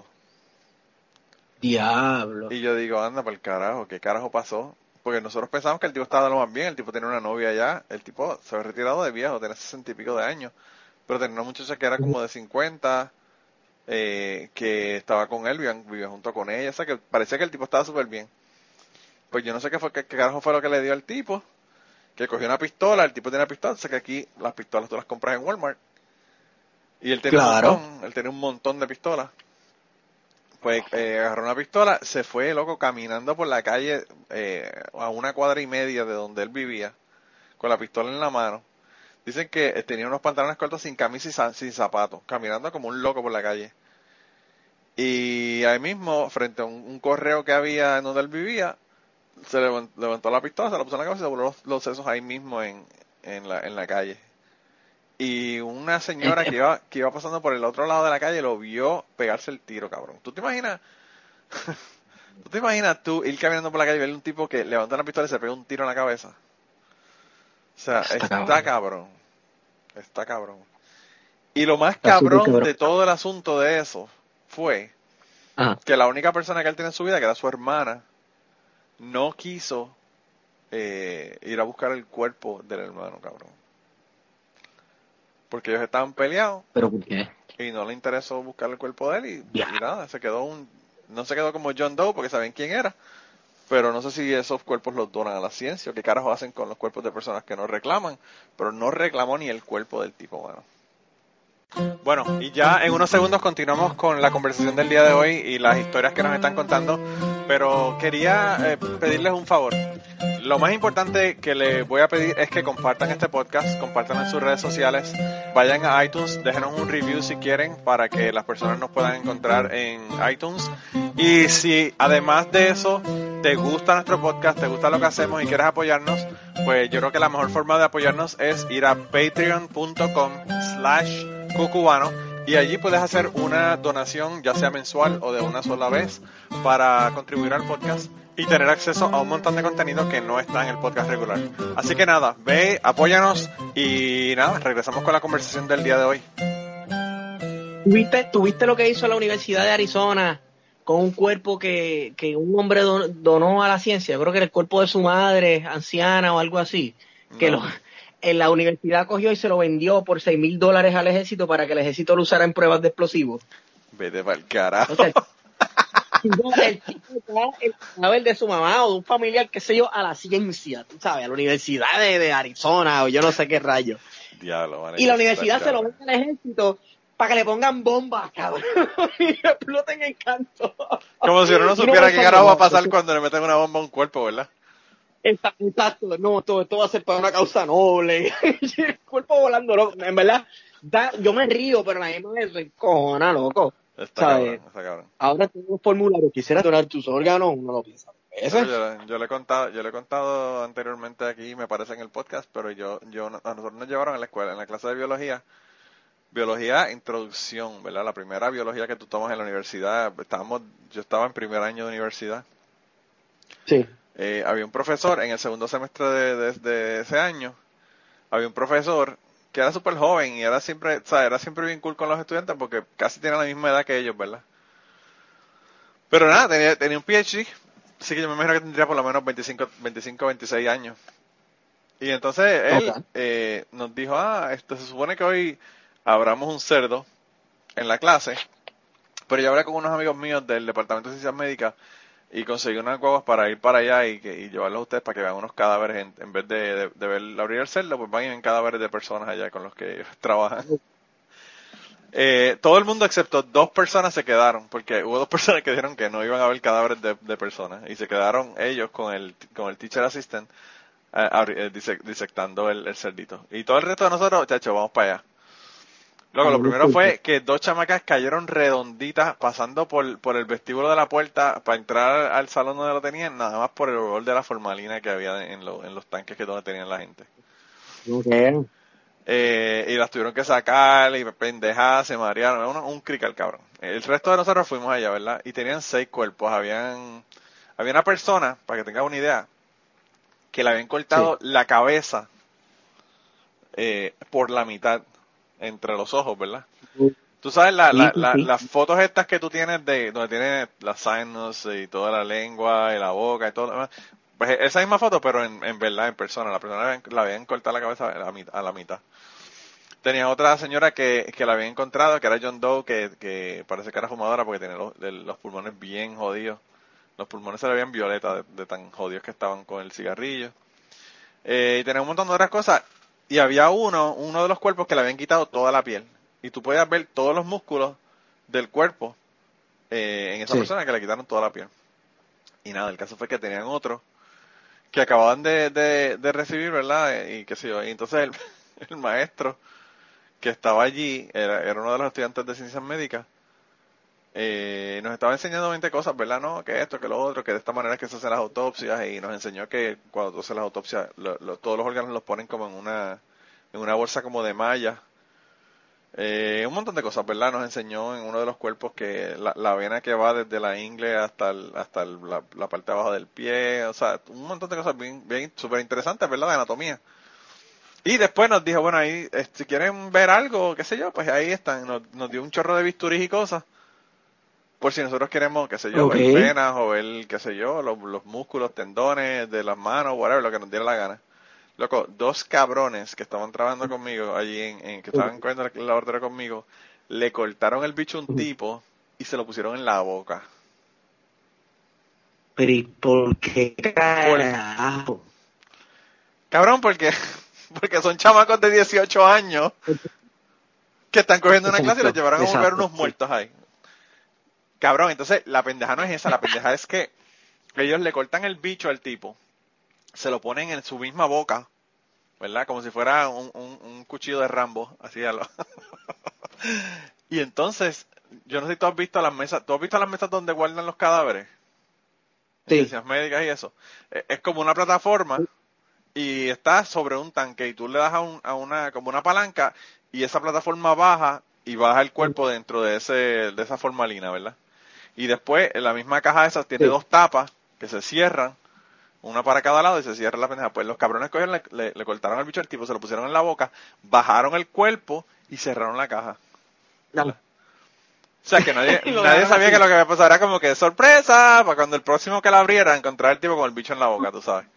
Diablo. Y yo digo, anda para el carajo, ¿qué carajo pasó? Porque nosotros pensamos que el tipo estaba de lo más bien, el tipo tenía una novia allá, el tipo se había retirado de viejo, tenía sesenta y pico de años, pero tenía una muchacha que era como de cincuenta, eh, que estaba con él, vivía, vivía junto con ella, o sea que parecía que el tipo estaba súper bien. Pues yo no sé qué fue, qué, qué carajo fue lo que le dio al tipo, que cogió una pistola, el tipo tenía pistola, o sea que aquí las pistolas tú las compras en Walmart, y él tenía Claro. un montón, él tenía un montón de pistolas. Pues eh, agarró una pistola, se fue loco caminando por la calle eh, a una cuadra y media de donde él vivía, con la pistola en la mano. Dicen que eh, tenía unos pantalones cortos sin camisa y sa- sin zapatos, caminando como un loco por la calle. Y ahí mismo, frente a un, un correo que había en donde él vivía, se levant- levantó la pistola, se la puso en la cabeza y se voló los, los sesos ahí mismo en, en, la, en la calle. Y una señora que iba, que iba pasando por el otro lado de la calle lo vio pegarse el tiro, cabrón. ¿Tú te imaginas? ¿Tú te imaginas tú ir caminando por la calle y ver un tipo que levanta una pistola y se pega un tiro en la cabeza? O sea, Está está cabrón. cabrón. Está cabrón. Y lo más Está súper cabrón cabrón. de todo el asunto de eso fue Ajá. que la única persona que él tiene en su vida, que era su hermana, no quiso eh, ir a buscar el cuerpo del hermano, cabrón. Porque ellos estaban peleados ¿Pero por qué? y no le interesó buscar el cuerpo de él y, Ya. y nada, se quedó un... No se quedó como John Doe porque saben quién era. Pero no sé si esos cuerpos los donan a la ciencia o qué carajo hacen con los cuerpos de personas que no reclaman. Pero no reclamó ni el cuerpo del tipo, bueno. Bueno, y ya en unos segundos continuamos con la conversación del día de hoy y las historias que nos están contando. Pero quería eh, pedirles un favor. Lo más importante que les voy a pedir es que compartan este podcast, compartan en sus redes sociales, vayan a iTunes, déjenos un review si quieren para que las personas nos puedan encontrar en iTunes. Y si además de eso te gusta nuestro podcast, te gusta lo que hacemos y quieres apoyarnos, pues yo creo que la mejor forma de apoyarnos es ir a patreon.com slash cucubano y allí puedes hacer una donación ya sea mensual o de una sola vez para contribuir al podcast y tener acceso a un montón de contenido que no está en el podcast regular. Así que nada, ve, apóyanos y nada, regresamos con la conversación del día de hoy. ¿Tuviste, ¿Tuviste lo que hizo la Universidad de Arizona con un cuerpo que, que un hombre don, donó a la ciencia? Yo creo que era el cuerpo de su madre, anciana o algo así. Que No. lo, en la universidad cogió y se lo vendió por seis mil dólares al ejército para que el ejército lo usara en pruebas de explosivos. Vete pa'l carajo. O sea, el tipo da el cadáver de su mamá o de un familiar, qué sé yo, a la ciencia, tú sabes, a la Universidad de, de Arizona o yo no sé qué rayo. Diablo, man, Y la hay que universidad estar se lo cabrón. vende al ejército para que le pongan bombas, cabrón, y exploten en canto. Como si uno no Y supiera qué pensando, carajo va a no, pasar eso- cuando le meten una bomba a un cuerpo, ¿verdad? Está- Exacto, no, todo esto va a ser para una causa noble. Y el cuerpo volando, loco. En verdad, da, yo me río, pero la misma vez me cojona, loco. Está ¿Sabes? cabrón, está cabrón. Ahora tengo un formulario, quisiera donar tus órganos, uno lo piensa. Yo, ¿Ese? le- yo le he contado, yo le he contado anteriormente aquí, me parece en el podcast, pero yo, yo, a nosotros nos llevaron en la escuela, en la clase de biología, biología introducción, ¿verdad? La primera biología que tú tomas en la universidad, estábamos, yo estaba en primer año de universidad. Sí. Eh, había un profesor en el segundo semestre de, de, de ese año, había un profesor que era súper joven y era siempre, o sea, era siempre bien cool con los estudiantes porque casi tienen la misma edad que ellos, ¿verdad? Pero nada, tenía, tenía un P H D sí que yo me imagino que tendría por lo menos veinticinco, veinticinco, veintiséis años. Y entonces él Okay. eh, nos dijo, ah, esto se supone que hoy abramos un cerdo en la clase, pero yo hablé con unos amigos míos del Departamento de Ciencias Médicas y conseguí unas guaguas para ir para allá y, que, y llevarlos a ustedes para que vean unos cadáveres, en, en vez de, de, de ver abrir el cerdo, pues van y ven cadáveres de personas allá con los que ellos trabajan. Eh, todo el mundo excepto dos personas se quedaron, porque hubo dos personas que dijeron que no iban a ver cadáveres de, de personas y se quedaron ellos con el, con el teacher assistant eh, abri- eh, disec- disectando el, el cerdito. Y todo el resto de nosotros, chacho, vamos para allá. Luego, lo primero fue que dos chamacas cayeron redonditas pasando por, por el vestíbulo de la puerta para entrar al salón donde lo tenían, nada más por el olor de la formalina que había en, lo- en los tanques que donde tenían la gente. Okay. Eh, y las tuvieron que sacar y pendejadas, se marearon, un, un crical cabrón. El resto de nosotros fuimos allá, ¿verdad? Y tenían seis cuerpos, habían, había una persona, para que tengas una idea, que le habían cortado Sí. la cabeza eh, por la mitad, entre los ojos, ¿verdad? Tú sabes la, la, Sí, la, sí. las fotos estas que tú tienes de donde tienes las sinus y toda la lengua y la boca y todo lo demás. Pues esa misma foto, pero en, en verdad, en persona. La persona la habían, la habían cortado la cabeza a la, mit- a la mitad. Tenía otra señora que, que la había encontrado, que era John Doe, que, que parece que era fumadora porque tenía los, de- los pulmones bien jodidos. Los pulmones se le veían violeta de, de tan jodidos que estaban con el cigarrillo. Eh, y tenía un montón de otras cosas. Y había uno, uno de los cuerpos que le habían quitado toda la piel. Y tú podías ver todos los músculos del cuerpo eh, en esa Sí. persona que le quitaron toda la piel. Y nada, el caso fue que tenían otro que acababan de, de, de recibir, ¿verdad? Y qué sé yo. Y entonces el, el maestro que estaba allí, era, era uno de los estudiantes de ciencias médicas, eh, nos estaba enseñando veinte cosas, ¿verdad? No, que esto, que lo otro, que de esta manera es que se hacen las autopsias, y nos enseñó que cuando tú haces las autopsias, lo, lo, todos los órganos los ponen como en una, en una bolsa como de malla. Eh, un montón de cosas, ¿verdad? Nos enseñó en uno de los cuerpos que la, la vena que va desde la ingle hasta el, hasta el, la, la parte de abajo del pie, o sea, un montón de cosas bien, bien súper interesantes, ¿verdad? De anatomía. Y después nos dijo, bueno, ahí, eh, si quieren ver algo, qué sé yo, pues ahí están. Nos, nos dio un chorro de bisturís y cosas. Por si nosotros queremos, qué sé yo, ver Okay. venas o ver, qué sé yo, los, los músculos, tendones de las manos, whatever, lo que nos diera la gana. Loco, dos cabrones que estaban trabajando conmigo allí, en, en que estaban cogiendo la, la orden conmigo, le cortaron el bicho a un tipo y se lo pusieron en la boca. Pero ¿y por qué carajo? Cabrón, porque, porque son chamacos de dieciocho años que están cogiendo una clase y los Exacto, llevaron a buscar exacto, unos sí. muertos ahí. Cabrón, entonces la pendeja no es esa, la pendeja es que ellos le cortan el bicho al tipo, se lo ponen en su misma boca, ¿verdad? Como si fuera un, un, un cuchillo de Rambo, así a lo... Y entonces, yo no sé si tú has visto las mesas, ¿tú has visto las mesas donde guardan los cadáveres? En Sí. ciencias médicas y eso. Eh, Es como una plataforma y está sobre un tanque y tú le das a, un, a una, como una palanca y esa plataforma baja y baja el cuerpo dentro de ese, de esa formalina, ¿verdad? Y después, en la misma caja esa tiene Sí. dos tapas que se cierran, una para cada lado y se cierra la pendeja. Pues los cabrones cogieron, le, le, le cortaron el bicho al tipo, se lo pusieron en la boca, bajaron el cuerpo y cerraron la caja, ¿verdad? O sea que nadie, Lo nadie dejaron sabía así. que lo que había pasado era como que sorpresa, para cuando el próximo que la abriera encontrar el tipo con el bicho en la boca, tú sabes.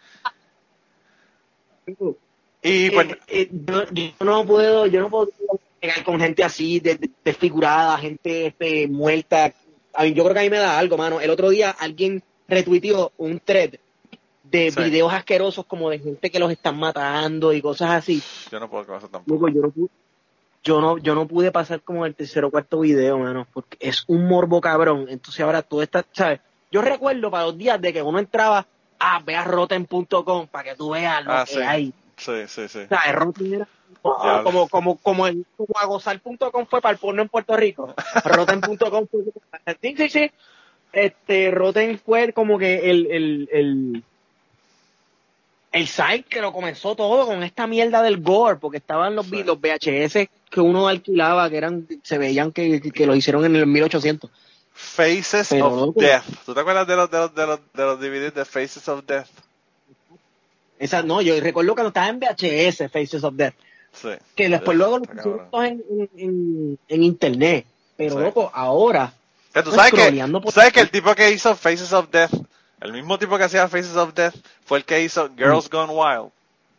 Y pues, Eh, eh, yo, yo no puedo, yo no puedo pegar con gente así, de- de- desfigurada, gente este, muerta. A mí, yo creo que a mí me da algo, mano. El otro día alguien retuiteó un thread de sí, videos asquerosos como de gente que los están matando y cosas así. yo no puedo con eso Luego, tampoco. yo no pude, yo no, yo no pude pasar como el tercer o cuarto video, mano, porque es un morbo cabrón. Entonces ahora todo está, ¿sabes? Yo recuerdo para los días de que uno entraba a ve a rotten punto com para que tú veas lo Ah, que sí, hay. sí, sí, sí. O sea, Rotten era oh, Diablo. como, como, como, el, como a gozar punto com fue para el porno en Puerto Rico. Rotten punto com fue sí, sí, sí. Este, Rotten fue como que el, el, el, el site que lo comenzó todo con esta mierda del gore, porque estaban los, Sí. los V H S que uno alquilaba, que eran, se veían que, que lo hicieron en el mil ochocientos. Faces Pero, of loco, Death. ¿Tú te acuerdas de los, de los, de los, de los D V Ds de Faces of Death? esa, no, yo recuerdo cuando estaba en V H S, Faces of Death, Sí. que después luego lo Está pusieron cabrón. todos en, en, en, en internet. Pero, Sí. loco, ahora, Que tú sabes que, scrolleando tú por- sabes que el tipo que hizo Faces of Death El mismo tipo que hacía Faces of Death fue el que hizo Girls Gone Wild.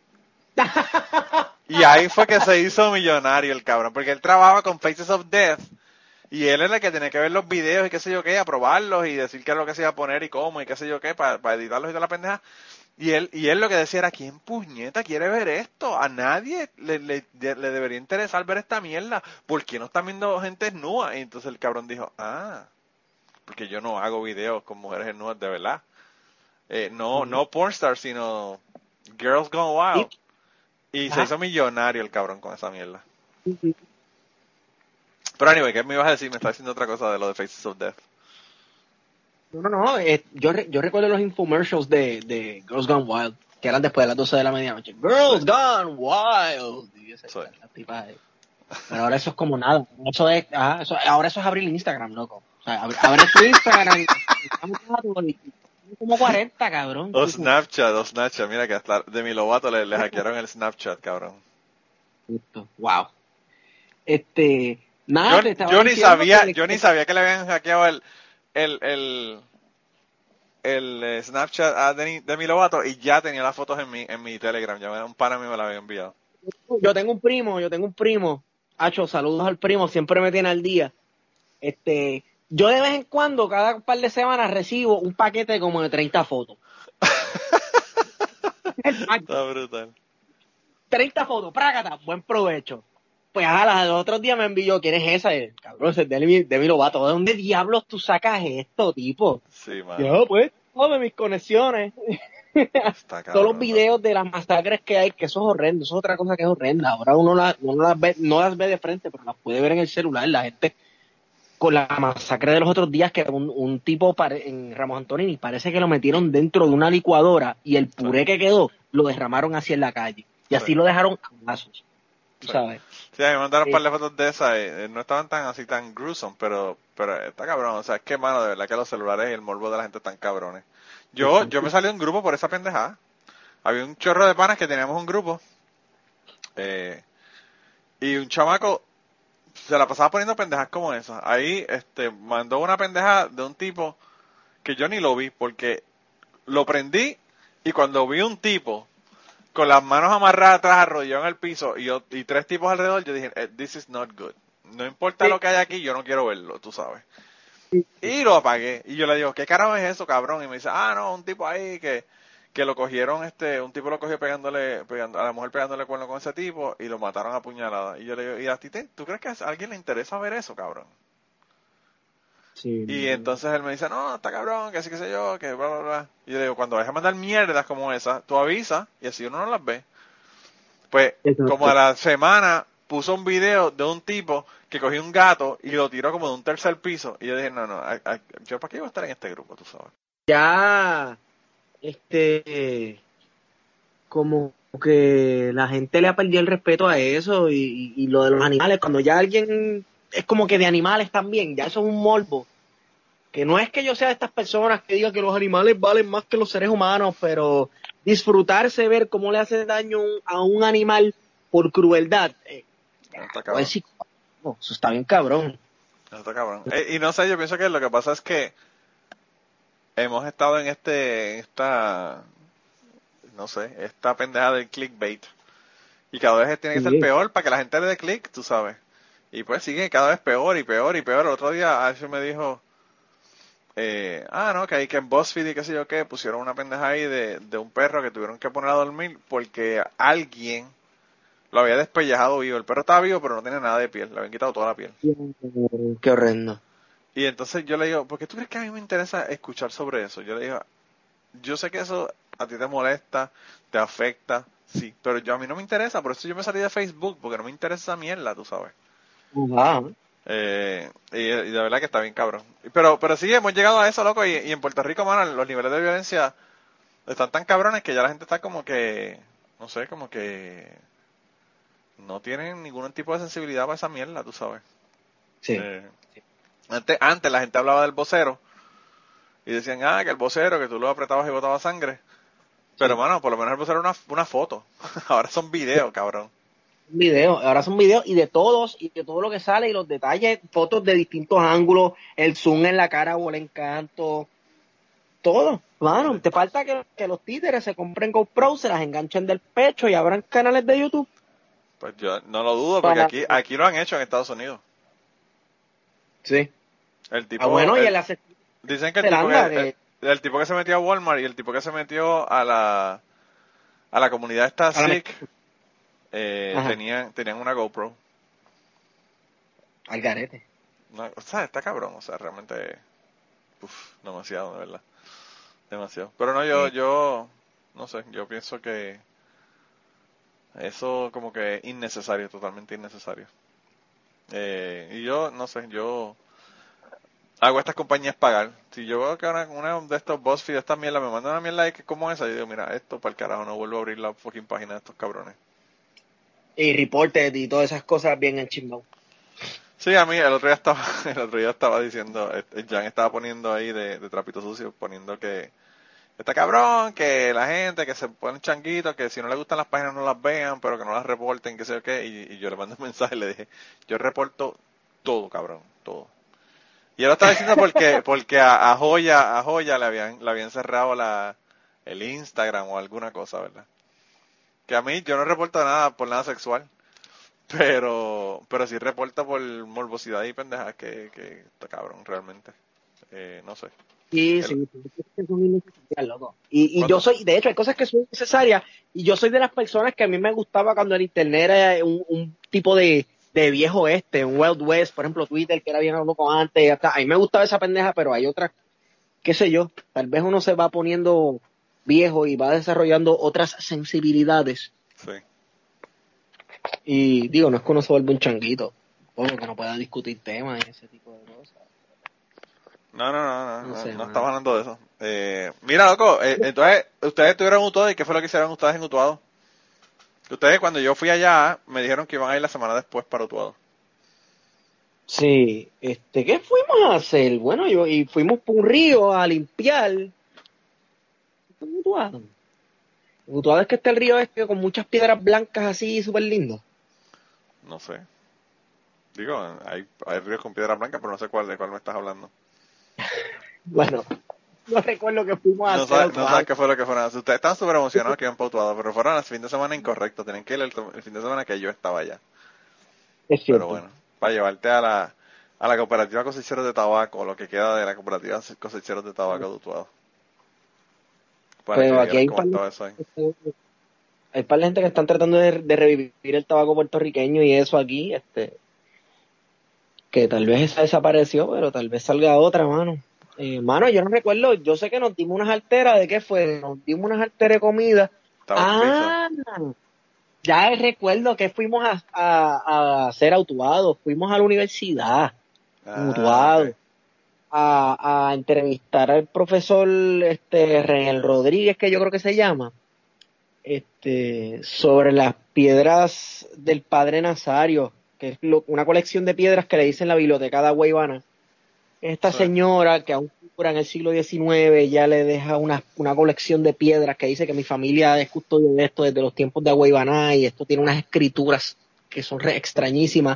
Y ahí fue que se hizo millonario el cabrón, porque él trabajaba con Faces of Death y él era el que tenía que ver los videos y qué sé yo qué, aprobarlos y decir qué es lo que se iba a poner y cómo y qué sé yo qué, para, para editarlos y toda la pendeja. Y él, y él lo que decía era, ¿quién puñeta quiere ver esto? A nadie le, le, le debería interesar ver esta mierda. ¿Por qué no están viendo gente desnuda? Y entonces el cabrón dijo, ah, porque yo no hago videos con mujeres desnudas de verdad. Eh, no, no pornstar, sino Girls Gone Wild. Y Ajá. se hizo millonario el cabrón con esa mierda. Uh-huh. Pero anyway, ¿qué me ibas a decir? Me está diciendo otra cosa de lo de Faces of Death. No, no, no. Eh, yo, re, yo recuerdo los infomercials de, de Girls Gone Wild, que eran después de las doce de la medianoche. Girls Gone Wild. Y ese, Soy. La tipa de... Pero ahora eso es como nada. Eso es, ah, eso, ahora eso es abrir Instagram, loco. O sea, abre, abre tu Instagram. Como cuarenta, cabrón. O Snapchat, o Snapchat. Mira que hasta Demi Lovato le, le hackearon el Snapchat, cabrón. Wow. Este, nada, yo, te estaba yo ni sabía, que... yo ni sabía que le habían hackeado el, el, el, el, el Snapchat a Demi, Demi Lovato y ya tenía las fotos en mi, en mi Telegram. Ya un pana mío me la había enviado. Yo tengo un primo, yo tengo un primo. Hacho, saludos al primo, siempre me tiene al día. Este, yo de vez en cuando, cada par de semanas, recibo un paquete como de treinta fotos. Está brutal. treinta fotos, prácata, buen provecho. Pues a los otros días me envió, ¿quién es esa? El cabrón, ese es Demi, Demi Lovato. ¿De dónde diablos tú sacas esto, tipo? Sí, man. Yo, pues, todo de mis conexiones. Está cabrón, todos los videos man. de las masacres que hay, que eso es horrendo, eso es otra cosa que es horrenda. Ahora uno, la, uno las ve, no las ve de frente, pero las puede ver en el celular. La gente, con la masacre de los otros días, que un, un tipo pare, en Ramos Antonini, parece que lo metieron dentro de una licuadora y el puré sí. que quedó lo derramaron así en la calle. Y así sí. lo dejaron a pedazos. ¿Tú sí. sabes? Sí, a mí me mandaron un par de fotos de esas, eh, no estaban tan así tan gruesome, pero pero está cabrón, o sea, es que mano, de verdad que los celulares y el morbo de la gente están cabrones. Yo yo me salí de un grupo por esa pendejada. Había un chorro de panas que teníamos un grupo, eh, y un chamaco se la pasaba poniendo pendejas como esas. Ahí este mandó una pendeja de un tipo que yo ni lo vi, porque lo prendí y cuando vi un tipo con las manos amarradas atrás, arrodillado en el piso, y, yo, y tres tipos alrededor, yo dije, this is not good. No importa sí. lo que hay aquí, yo no quiero verlo, tú sabes. Sí. Y lo apagué. Y yo le digo, ¿qué carajo es eso, cabrón? Y me dice, ah, no, un tipo ahí que, que lo cogieron, este, un tipo lo cogió pegándole, pegando, a la mujer pegándole cuerno con ese tipo, y lo mataron a puñalada. Y yo le digo, ¿y a ti te, tú crees que a alguien le interesa ver eso, cabrón? Sí, y no. Entonces él me dice, no, está cabrón, que así que sé yo, que bla, bla, bla. Y yo le digo, cuando vayas a mandar mierdas como esas, tú avisas y así uno no las ve. Pues, Exacto. como a la semana, puso un video de un tipo que cogió un gato y lo tiró como de un tercer piso. Y yo dije, no, no, a, a, yo para qué iba a estar en este grupo, tú sabes. Ya, este, como que la gente le ha perdido el respeto a eso y, y, y lo de los animales, cuando ya alguien... es como que de animales también, ya eso es un morbo. Que no es que yo sea de estas personas que digan que los animales valen más que los seres humanos, pero disfrutarse, ver cómo le hace daño a un animal por crueldad. Eh, está cabrón. Decir, no, eso está bien cabrón. Está cabrón. Eh, y no sé, yo pienso que lo que pasa es que hemos estado en este, en esta, no sé, esta pendeja del clickbait. Y cada vez tiene que ser sí. peor para que la gente le dé click, tú sabes. Y pues sigue cada vez peor y peor y peor. El otro día Ashley me dijo, eh, ah, no, que hay que en BuzzFeed y qué sé yo qué, pusieron una pendeja ahí de, de un perro que tuvieron que poner a dormir porque alguien lo había despellejado vivo. El perro estaba vivo, pero no tenía nada de piel, le habían quitado toda la piel. Qué horrendo. Y entonces yo le digo, ¿por qué tú crees que a mí me interesa escuchar sobre eso? Yo le digo, yo sé que eso a ti te molesta, te afecta, sí, pero yo a mí no me interesa, por eso yo me salí de Facebook, porque no me interesa esa mierda, tú sabes. Wow. Eh, y, y de verdad que está bien cabrón. Pero pero sí, hemos llegado a eso, loco, y, y en Puerto Rico, mano, los niveles de violencia están tan cabrones que ya la gente está como que, no sé, como que no tienen ningún tipo de sensibilidad para esa mierda, tú sabes. Sí. Eh, antes, antes la gente hablaba del vocero y decían, ah, que el vocero, que tú lo apretabas y botabas sangre. Pero, sí. mano, por lo menos el vocero era una, una foto. Ahora son videos, cabrón. Videos, ahora son videos y de todos y de todo lo que sale y los detalles, fotos de distintos ángulos, el zoom en la cara o el encanto. todo, claro. Te falta que, que los títeres se compren GoPro, se las enganchen del pecho y abran canales de YouTube. Pues yo no lo dudo, porque Para- aquí aquí lo han hecho en Estados Unidos. Sí. El tipo, Ah, bueno, el- y el asesino dicen que el de tipo Landa, que, que- el, el tipo que se metió a Walmart y el tipo que se metió a la a la comunidad esta A la- Sikh eh, Ajá. tenían tenían una GoPro. al garete. No, o sea, está cabrón, o sea, realmente uf, demasiado, de verdad. Demasiado. Pero no, yo Sí. yo no sé, yo pienso que eso como que es innecesario, totalmente innecesario. Eh, y yo, no sé, yo hago a estas compañías pagar. Si yo veo que una, una de estos BuzzFeed, estas mierdas, me mandan una mierda ahí que como esa, yo digo, mira, esto para el carajo, no vuelvo a abrir la fucking página de estos cabrones. Y reportes y todas esas cosas bien enchismadas. Sí, a mí el otro día estaba, el otro día estaba diciendo, eh, Jan estaba poniendo ahí de, de trapito sucio, poniendo que está cabrón, que la gente que se pone changuitos, que si no le gustan las páginas no las vean, pero que no las reporten, que sé yo qué, y, y yo le mandé un mensaje y le dije, yo reporto todo, cabrón, todo. Y él lo estaba diciendo porque, porque a, a Joya, a Joya le habían, le habían cerrado la, el Instagram o alguna cosa, ¿verdad? Que a mí yo no reporto nada por nada sexual, pero, pero sí reporto por morbosidad y pendejas que, que está cabrón, realmente. Eh, no sé. Sí, El- sí, sí, es que son innecesarias, loco. Y, y ¿Cuándo? yo soy, de hecho, hay cosas que son necesarias, y yo soy de las personas que a mí me gustaba cuando el internet era un, un tipo de, de viejo este, un Wild West, por ejemplo, Twitter, que era bien loco antes, hasta, a mí me gustaba esa pendeja, pero hay otras, qué sé yo, tal vez uno se va poniendo viejo y va desarrollando otras sensibilidades, Sí. y digo, no es que uno se vuelva un changuito, como que no pueda discutir temas y ese tipo de cosas. No, no, no, no, No no, sé, no man. estamos hablando de eso. Eh, mira, loco, eh, entonces, ustedes estuvieron Utuado y ¿qué fue lo que hicieron ustedes en Utuado? Ustedes, cuando yo fui allá, me dijeron que iban a ir la semana después para Utuado. Sí, este, ¿qué fuimos a hacer? Bueno, yo, y fuimos por un río a limpiar. ¿Qué fue Utuado? Utuado es que está el río este con muchas piedras blancas así, súper lindo. No sé. Digo, hay, hay ríos con piedra blanca, pero no sé cuál de cuál me estás hablando. Bueno, no recuerdo que fuimos a No hacer a sabes no Utuado. sabes qué fue lo que fueron. Ustedes estaban súper emocionados que iban para Utuado, pero fueron el fin de semana incorrecto. Tienen que ir el, el fin de semana que yo estaba allá. Es Pero cierto. bueno, para llevarte a la, a la cooperativa cosecheros de tabaco, lo que queda de la cooperativa cosecheros de tabaco de Utuado. Para que Pero aquí vieras hay un cómo par de, estaba eso ahí. hay par de gente que están tratando de, de revivir el tabaco puertorriqueño y eso aquí, este, que tal vez esa desapareció, pero tal vez salga otra, mano. Eh, mano, yo no recuerdo, yo sé que nos dimos unas alteras, ¿de qué fue? Nos dimos unas alteras de comida. Estaba en pizza. Ah, ya recuerdo que fuimos a, a, a hacer autuados, fuimos a la universidad, en Ah, Utuado, ok. a, a entrevistar al profesor este Reyel Rodríguez, que yo creo que se llama, este, sobre las piedras del Padre Nazario, que es lo- una colección de piedras que le dicen la biblioteca de Agüeyvana. Esta Sí. señora, que aún cura en el siglo diecinueve, ya le deja una, una colección de piedras que dice que mi familia es custodia de esto desde los tiempos de Agüeybaná, y esto tiene unas escrituras que son re extrañísimas.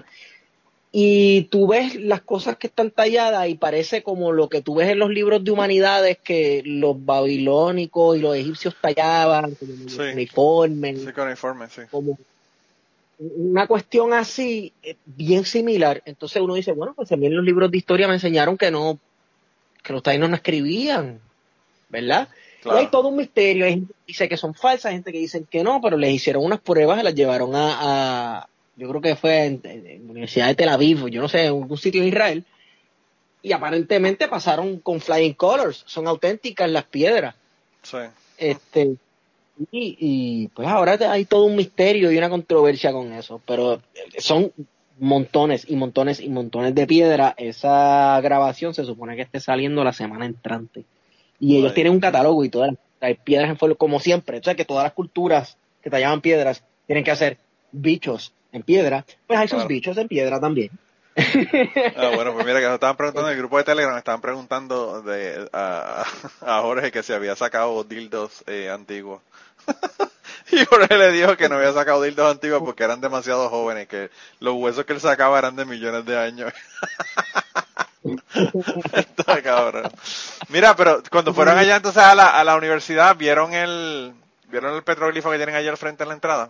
Y tú ves las cosas que están talladas y parece como lo que tú ves en los libros de humanidades que los babilónicos y los egipcios tallaban, como Sí. uniformes, Sí, con informe, sí. como una cuestión así, eh, bien similar. Entonces uno dice, bueno, pues a mí en los libros de historia me enseñaron que no, que los taínos no escribían, ¿verdad? Y hay Claro. todo un misterio, hay gente que dice que son falsas, hay gente que dice que no, pero les hicieron unas pruebas y las llevaron a, a yo creo que fue en, en la Universidad de Tel Aviv, yo no sé, en algún sitio en Israel, y aparentemente pasaron con flying colors, son auténticas las piedras. Sí. Este, y, y pues ahora hay todo un misterio y una controversia con eso, pero son montones y montones y montones de piedra. Esa grabación se supone que esté saliendo la semana entrante. Y ellos Ay. tienen un catálogo y todas hay piedras en fuego, como siempre. O sea, que todas las culturas que tallaban piedras tienen que hacer bichos en piedra, pues hay sus Claro. bichos en piedra también. Ah, bueno, pues mira que nos estaban preguntando en el grupo de Telegram, estaban preguntando de, a, a Jorge que se había sacado dildos eh, antiguos. Y Jorge le dijo que no había sacado dildos antiguos porque eran demasiado jóvenes, que los huesos que él sacaba eran de millones de años. Está cabrón. Mira, pero cuando fueron allá entonces a la, a la universidad, ¿vieron el vieron el petroglifo que tienen allá al frente en la entrada?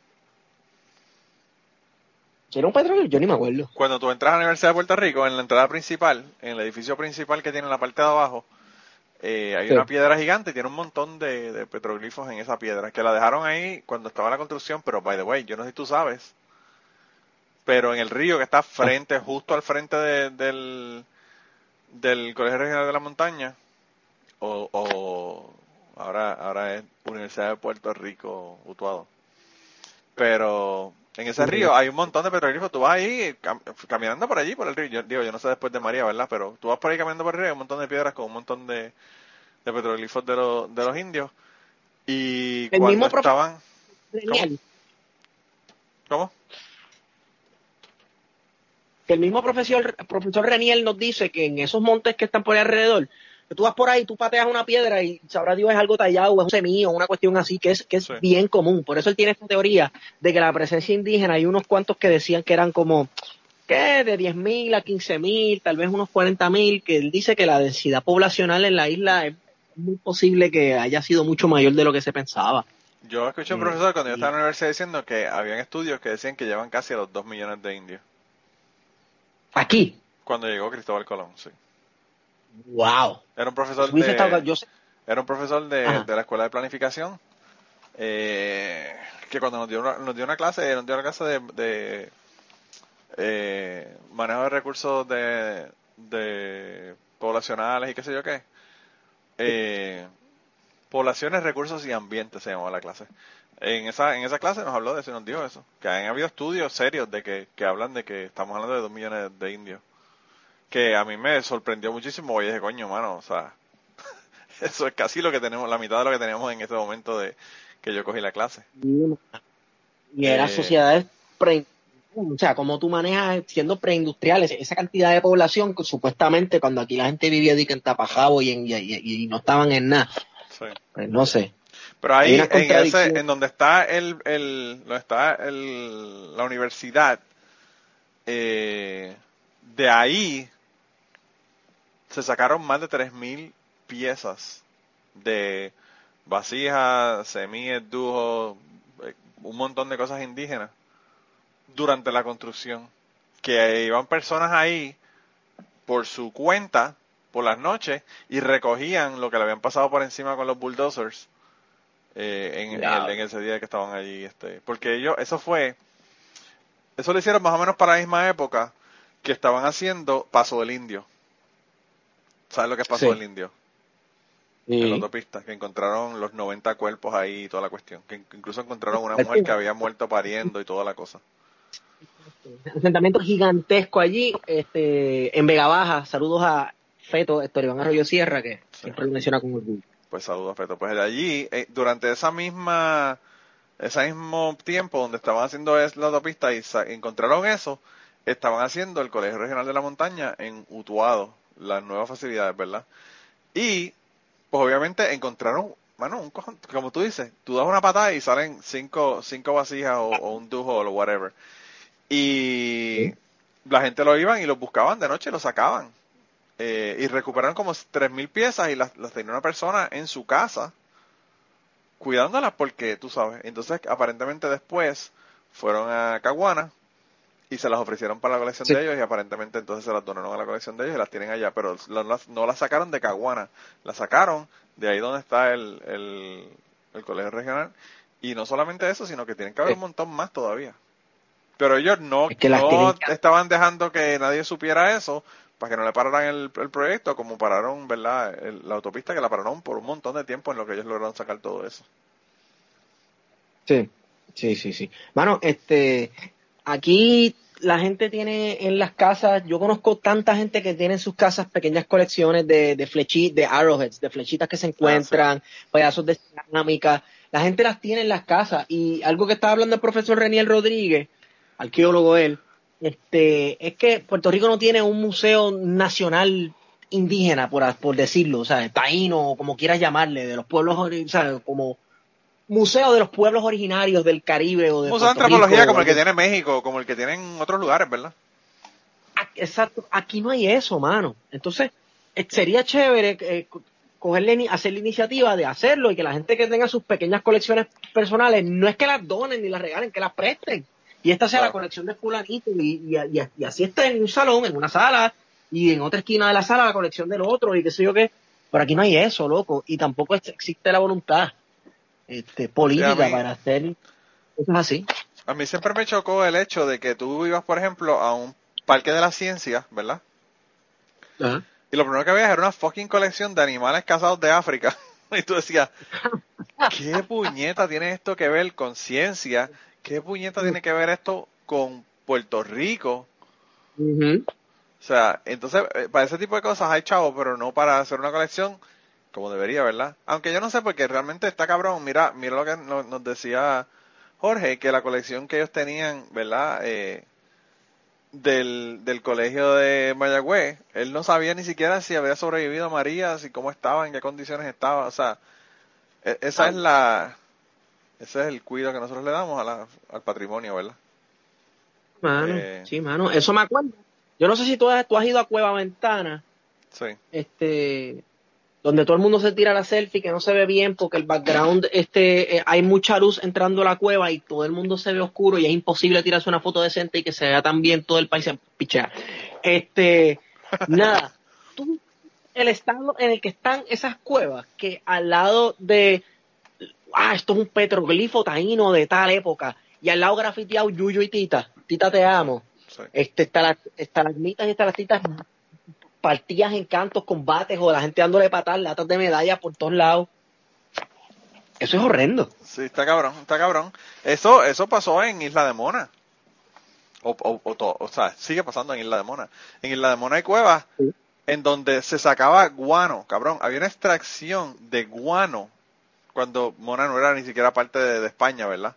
¿Era un petróleo? Yo ni me acuerdo. Cuando tú entras a la Universidad de Puerto Rico, en la entrada principal, en el edificio principal que tiene en la parte de abajo, eh, hay Sí. una piedra gigante y tiene un montón de, de petroglifos en esa piedra, que la dejaron ahí cuando estaba la construcción, pero by the way, yo no sé si tú sabes, pero en el río que está frente, justo al frente de- del, del Colegio Regional de la Montaña, o, o ahora, ahora es Universidad de Puerto Rico, Utuado, pero en ese río hay un montón de petroglifos. Tú vas ahí cam- caminando por allí, por el río. Yo digo, yo no sé después de María, ¿verdad? Pero tú vas por ahí caminando por el río, hay un montón de piedras con un montón de, de petroglifos de, los de los indios. Y El cuando mismo profesor estaban... Reniel, ¿Cómo? que el mismo profesor, profesor Reniel nos dice que en esos montes que están por ahí alrededor, que tú vas por ahí, tú pateas una piedra y sabrá Dios es algo tallado, o es un semillo, una cuestión así, que es, que es Sí. bien común. Por eso él tiene esta teoría de que la presencia indígena, hay unos cuantos que decían que eran como, ¿qué? De diez mil a quince mil, tal vez unos cuarenta mil, que él dice que la densidad poblacional en la isla es muy posible que haya sido mucho mayor de lo que se pensaba. Yo escuché a un Eh, profesor cuando yo y- estaba en la universidad diciendo que habían estudios que decían que llevan casi a los dos millones de indios. Aquí. Cuando llegó Cristóbal Colón, sí. Wow. Era un profesor Hubiese estado- de... yo sé- Era un profesor de, Ajá. de la escuela de planificación eh, que cuando nos dio una, nos dio una clase, nos dio una clase de, de eh, manejo de recursos de, de poblacionales y qué sé yo qué. Eh, poblaciones, recursos y ambiente se llamaba la clase. En esa en esa clase nos habló de eso y nos dijo eso, que han habido estudios serios de que, que hablan de que estamos hablando de dos millones de indios. Que a mí me sorprendió muchísimo, oye, dije, coño, mano, o sea, eso es casi lo que tenemos, la mitad de lo que teníamos en este momento de que yo cogí la clase. Y eran Eh, sociedades pre, o sea, como tú manejas siendo preindustriales esa cantidad de población que supuestamente cuando aquí la gente vivía de que en Tapajabo y, en, y, y- y no estaban en nada, sí. pues no sé. Pero Hay ahí, unas en ese, contradicciones. en donde está el, el, donde está el, la universidad, eh, de ahí se sacaron más de tres mil piezas de vasijas, semillas, dujos, eh, un montón de cosas indígenas durante la construcción. Que iban personas ahí por su cuenta, por las noches, y recogían lo que le habían pasado por encima con los bulldozers eh, en, en, el, en ese día que estaban allí. este Porque ellos, eso fue, eso lo hicieron más o menos para la misma época que estaban haciendo Paso del Indio. ¿Sabes lo que es Paso Sí. del Indio? En la Sí. autopista, que encontraron los noventa cuerpos ahí y toda la cuestión. Que incluso encontraron una mujer que había muerto pariendo y toda la cosa. Asentamiento gigantesco allí, este, en Vega Baja. Saludos a Feto, Héctor Iván Arroyo Sierra, que Sí. siempre lo menciona con orgullo. Pues saludos, Feto. Pues de allí, eh, durante esa misma, ese mismo tiempo donde estaban haciendo es, la autopista y sa- encontraron eso, estaban haciendo el Colegio Regional de la Montaña en Utuado, las nuevas facilidades, ¿verdad? Y, pues obviamente encontraron, bueno, un cojón, como tú dices, tú das una patada y salen cinco, cinco vasijas o, o un dujo o lo whatever. Y la gente lo iban y los buscaban de noche y los sacaban. Eh, y recuperaron como tres mil piezas y las, las tenía una persona en su casa cuidándolas porque, tú sabes, entonces aparentemente después fueron a Caguana y se las ofrecieron para la colección Sí. de ellos y aparentemente entonces se las donaron a la colección de ellos y las tienen allá, pero no las, no las sacaron de Caguana, las sacaron de ahí donde está el, el, el colegio regional y no solamente eso, sino que tienen que haber un montón más todavía. Pero ellos no, Es que las no tienen que- estaban dejando que nadie supiera eso para que no le pararan el, el proyecto, como pararon, ¿verdad? El- la autopista que la pararon por un montón de tiempo en lo que ellos lograron sacar todo eso. Sí, sí, sí, sí. Mano, este, aquí la gente tiene en las casas, yo conozco tanta gente que tiene en sus casas pequeñas colecciones de, de flechitas, de arrowheads, de flechitas que se encuentran, pedazos de cerámica. La gente las tiene en las casas y algo que estaba hablando el profesor Reniel Rodríguez, arqueólogo él, este, es que Puerto Rico no tiene un museo nacional indígena, por, por decirlo, o sea, taíno, o como quieras llamarle, de los pueblos, ori- o sea, como museo de los pueblos originarios del Caribe o de Museo de Puerto antropología Rico, como el que algo- tiene México, como el que tienen otros lugares, ¿verdad? Ah, exacto, aquí no hay eso, mano. Entonces, sería chévere eh, cogerle, hacer la iniciativa de hacerlo y que la gente que tenga sus pequeñas colecciones personales, no es que las donen ni las regalen, que las presten. Y esta sea Claro. la colección de fulanito y, y, y, y así está en un salón, en una sala, y en otra esquina de la sala la colección del otro y qué sé yo qué. Pero aquí no hay eso, loco. Y tampoco existe la voluntad este, política Sí, a mí- para hacer cosas así. A mí siempre me chocó el hecho de que tú ibas, por ejemplo, a un parque de la ciencia, ¿verdad? Ajá. Y lo primero que veías era una fucking colección de animales cazados de África. Y tú decías, ¿qué puñeta tiene esto que ver con ciencia? ¿Qué puñeta tiene que ver esto con Puerto Rico? Uh-huh. O sea, entonces, eh, para ese tipo de cosas hay chavos, pero no para hacer una colección como debería, ¿verdad? Aunque yo no sé, porque realmente está cabrón. Mira, mira lo que no- nos decía Jorge, que la colección que ellos tenían, ¿verdad? Eh, del, del colegio de Mayagüez, él no sabía ni siquiera si había sobrevivido María, si cómo estaba, en qué condiciones estaba. O sea, e- esa es la, ese es el cuidado que nosotros le damos a la, al patrimonio, ¿verdad? Mano, Eh, sí, mano, eso me acuerdo. Yo no sé si tú has, tú has ido a Cueva Ventana, sí, este, donde todo el mundo se tira la selfie, que no se ve bien porque el background, este, eh, hay mucha luz entrando a la cueva y todo el mundo se ve oscuro y es imposible tirarse una foto decente y que se vea tan bien todo el país se pichea. Este, nada, tú, el estado en el que están esas cuevas, que al lado de, ah, esto es un petroglifo taíno de tal época, y al lado grafiteado Yuyo y Tita, Tita te amo, sí. este, está la, estalagmitas y estalactitas partidas en cantos, combates, o la gente dándole patas, latas de medallas por todos lados. Eso es horrendo. Sí, está cabrón, está cabrón. Eso, eso pasó en Isla de Mona. O, o, o, to- o sea, sigue pasando en Isla de Mona. En Isla de Mona hay cuevas Sí. en donde se sacaba guano, cabrón. Había una extracción de guano cuando Mona no era ni siquiera parte de, de España, ¿verdad?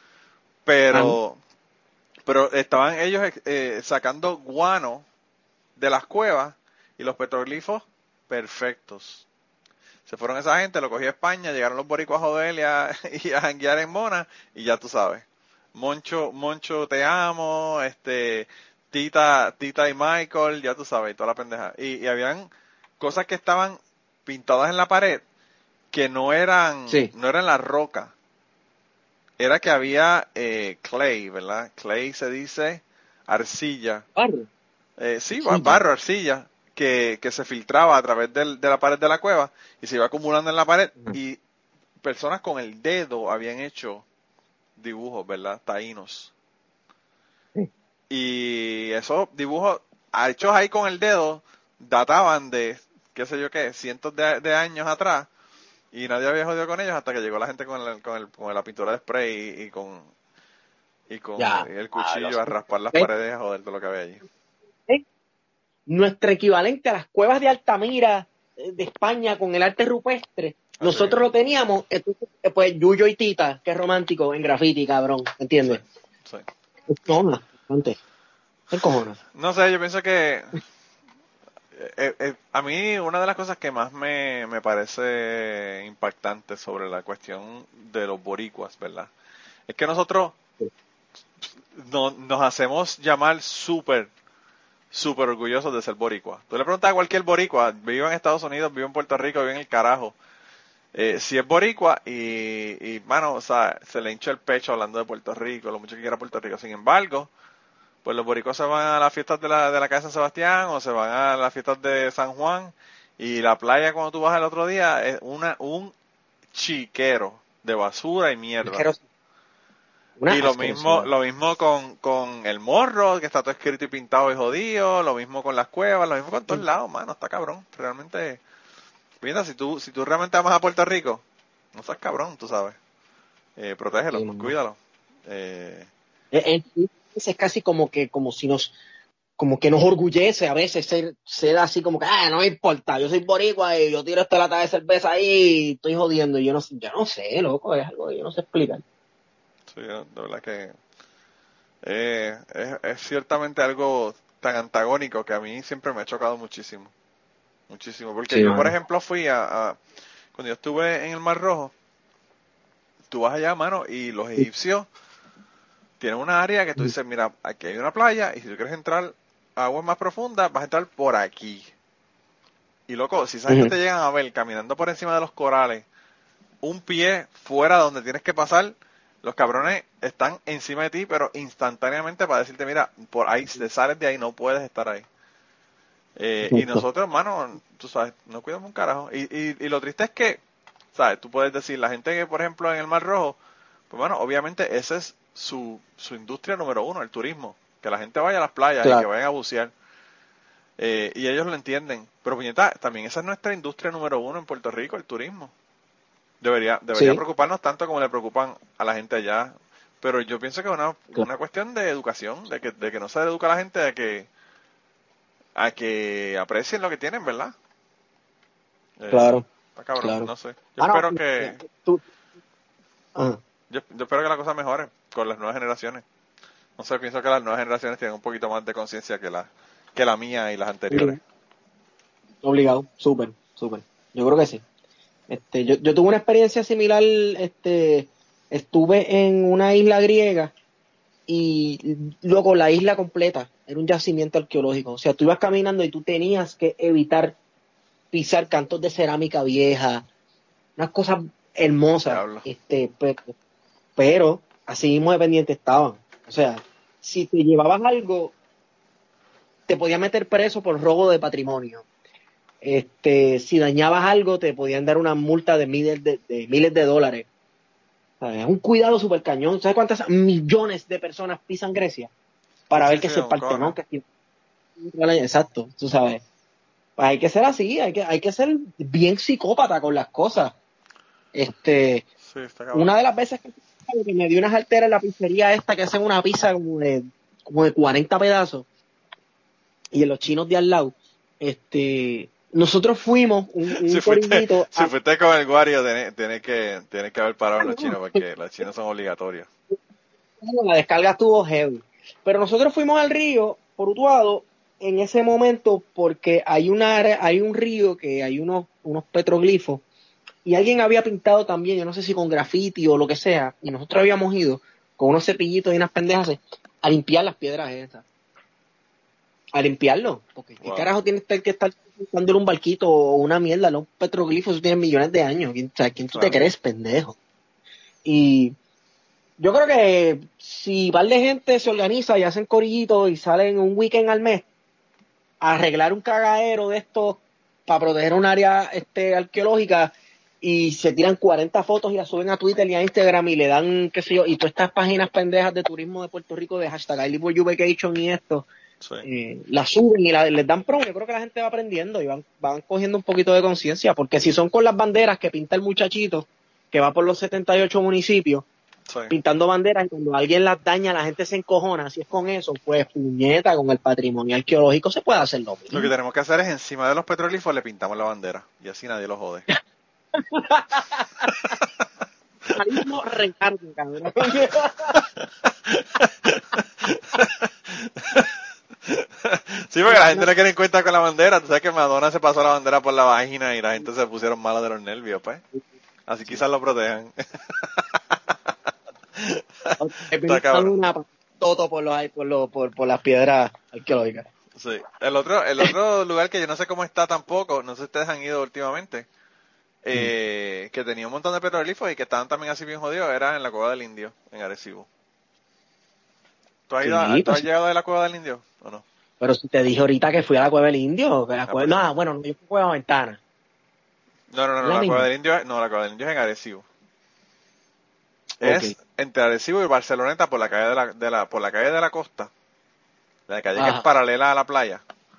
Pero, pero estaban ellos eh, sacando guano de las cuevas y los petroglifos perfectos. Se fueron esa gente, lo cogió España, llegaron los boricuas a joder y a, y a janguear en Mona, y ya tú sabes. Moncho, Moncho te amo, este, Tita, Tita y Michael, ya tú sabes, y toda la pendeja. Y, y habían cosas que estaban pintadas en la pared que no eran, Sí. no eran la roca. Era que había eh, clay, ¿verdad? Clay se dice arcilla. Barro. Eh, sí, Arcilla. barro, arcilla, que, que se filtraba a través del, de la pared de la cueva y se iba acumulando en la pared, Ujú. y personas con el dedo habían hecho dibujos, ¿verdad? Taínos. Sí. Y esos dibujos hechos ahí con el dedo databan de, qué sé yo qué, cientos de, de años atrás, y nadie había jodido con ellos hasta que llegó la gente con, el, con, el, con la pintura de spray y, y con, y con Ya. el Ah, lo cuchillo a sé. raspar las ¿Ves? paredes y a joder todo lo que había allí. ¿Ves? Nuestro equivalente a las cuevas de Altamira eh, de España con el arte rupestre, Así nosotros mismo. lo teníamos, entonces, eh, pues Yuyo y Tita, qué romántico, en graffiti, cabrón, Sí, ¿entiendes? sí. No, no, bastante. ¿Qué cojones? No sé, yo pienso que eh, eh, a mí una de las cosas que más me, me parece impactante sobre la cuestión de los boricuas, ¿verdad? Es que nosotros no, nos hacemos llamar súper, súper orgullosos de ser boricua. Tú le preguntas a cualquier boricua, vive en Estados Unidos, vive en Puerto Rico, vive en el carajo, eh, si es boricua y, y, mano, o sea, se le hincha el pecho hablando de Puerto Rico, lo mucho que quiera Puerto Rico. Sin embargo, pues los boricuas se van a las fiestas de la, de la calle San Sebastián o se van a las fiestas de San Juan, y la playa cuando tú vas el otro día es una un chiquero de basura y mierda. Asqueroso. Una Y lo mismo, asquerosidad. lo mismo con, con el morro, que está todo escrito y pintado y jodido, lo mismo con las cuevas, lo mismo con todos lados, mano, está cabrón. Realmente, mira, si tú, si tú realmente amas a Puerto Rico, no seas cabrón, tú sabes. Eh, protégelo, Sí, mamá. cuídalo. Eh, Eh, eh, Es casi como que, como si nos, como que nos orgullece a veces ser, ser así como que, ah, no me importa, yo soy boricua y yo tiro esta lata de cerveza ahí y estoy jodiendo. Y yo no, yo no sé, loco, es algo que yo no sé explicar. sí, de verdad que eh, es, es ciertamente algo tan antagónico que a mí siempre me ha chocado muchísimo. Muchísimo. Porque Sí, yo, por mano. ejemplo, fui a, a- cuando yo estuve en el Mar Rojo, tú vas allá, mano, y los egipcios tienen una área que tú dices, mira, aquí hay una playa, y si tú quieres entrar a aguas más profundas, vas a entrar por aquí. Y loco, si esa gente te llegan a ver caminando por encima de los corales, un pie fuera donde tienes que pasar, los cabrones están encima de ti, pero instantáneamente para decirte, mira, por ahí, si te sales de ahí, no puedes estar ahí. Eh, y nosotros, hermano, tú sabes, no cuidamos un carajo. Y, y, y lo triste es que, ¿sabes? Tú puedes decir, la gente que, por ejemplo, en el Mar Rojo, pues bueno, obviamente esa es su, su industria número uno, el turismo. Que la gente vaya a las playas claro. y que vayan a bucear. Eh, y ellos lo entienden. Pero, puñeta, también esa es nuestra industria número uno en Puerto Rico, el turismo. Debería debería sí. preocuparnos tanto como le preocupan a la gente allá. Pero yo pienso que es una, claro. una cuestión de educación, de que, de que no se educa a la gente de que a que aprecien lo que tienen, ¿verdad? Eh, claro. Está cabrón, claro. no sé. Yo ah, espero no, que... Tú... Uh-huh. Yo, yo espero que la cosa mejore con las nuevas generaciones. No sé, pienso que las nuevas generaciones tienen un poquito más de conciencia que la que la mía y las anteriores. Obligado, súper, súper. Yo creo que sí. Este, yo, yo tuve una experiencia similar, este, estuve en una isla griega y luego la isla completa era un yacimiento arqueológico. O sea, tú ibas caminando y tú tenías que evitar pisar cantos de cerámica vieja, unas cosas hermosas. Este, pero, pero así mismo de pendiente estaban. O sea, si te llevabas algo, te podían meter preso por robo de patrimonio. Este, si dañabas algo, te podían dar una multa de miles de, de miles de dólares. Es un cuidado súper cañón. ¿Sabes cuántas millones de personas pisan Grecia? Para sí, ver sí, que sí, se parte, ¿no? Que... Exacto, tú sabes. Pues hay que ser así, hay que, hay que ser bien psicópata con las cosas. Este, sí, una de las veces que, que me dio unas alteras en la pizzería esta que hacen una pizza como de, como de cuarenta pedazos, y en los chinos de al lado, este, nosotros fuimos un, un si fuiste, a... si fuiste con el guario, tenés, tenés que, tenés que haber parado en los chinos, porque los chinos son obligatorios. La descarga estuvo heavy. Pero nosotros fuimos al río, por Utuado, en ese momento, porque hay una hay un río que hay unos, unos petroglifos, y alguien había pintado también, yo no sé si con grafiti o lo que sea, y nosotros habíamos ido con unos cepillitos y unas pendejas a limpiar las piedras esas. A limpiarlo, porque wow. ¿Qué carajo tienes que estar pintando en un barquito o una mierda? Los petroglifos tienen millones de años. ¿Quién, o sea, ¿quién tú claro. te crees, pendejo? Y yo creo que si un par de gente se organiza y hacen corillitos y salen un weekend al mes a arreglar un cagadero de estos para proteger un área este, arqueológica y se tiran cuarenta fotos y las suben a Twitter y a Instagram y le dan, qué sé yo, y todas estas páginas pendejas de turismo de Puerto Rico de hashtag I live where you vacation y esto, sí. eh, las suben y la, les dan promo. Yo creo que la gente va aprendiendo y van, van cogiendo un poquito de conciencia, porque si son con las banderas que pinta el muchachito que va por los setenta y ocho municipios, sí. pintando banderas, y cuando alguien las daña la gente se encojona, si es con eso, pues puñeta, con el patrimonio arqueológico se puede hacer lo mismo. Lo que tenemos que hacer es encima de los petroglifos le pintamos la bandera y así nadie lo jode. Realismo Ricardo, cabrón. Sí, porque la gente no quiere en cuenta con la bandera. Tú sabes que Madonna se pasó la bandera por la vagina y la gente se pusieron mala de los nervios, pues. Así quizás lo protejan. Está cabrón. Una toto por los por los por, por las piedras arqueológicas. Sí. El otro el otro lugar que yo no sé cómo está tampoco, no sé si ustedes han ido últimamente, eh, mm. que tenía un montón de petroglifos y que estaban también así bien jodidos, era en la Cueva del Indio, en Arecibo. ¿Tú has, ido sí, a, ¿tú pues, has llegado de la Cueva del Indio o no? Pero si te dije ahorita que fui a la Cueva del Indio, que la cueva, ah, no, bueno, yo fui a Cueva Ventana. No, no, no, no la, la Cueva del Indio, no, la Cueva del Indio es en Arecibo. Es okay. Entre Arecibo y Barceloneta por la calle de la, de la por la calle de la costa, la calle Ajá. que es paralela a la playa.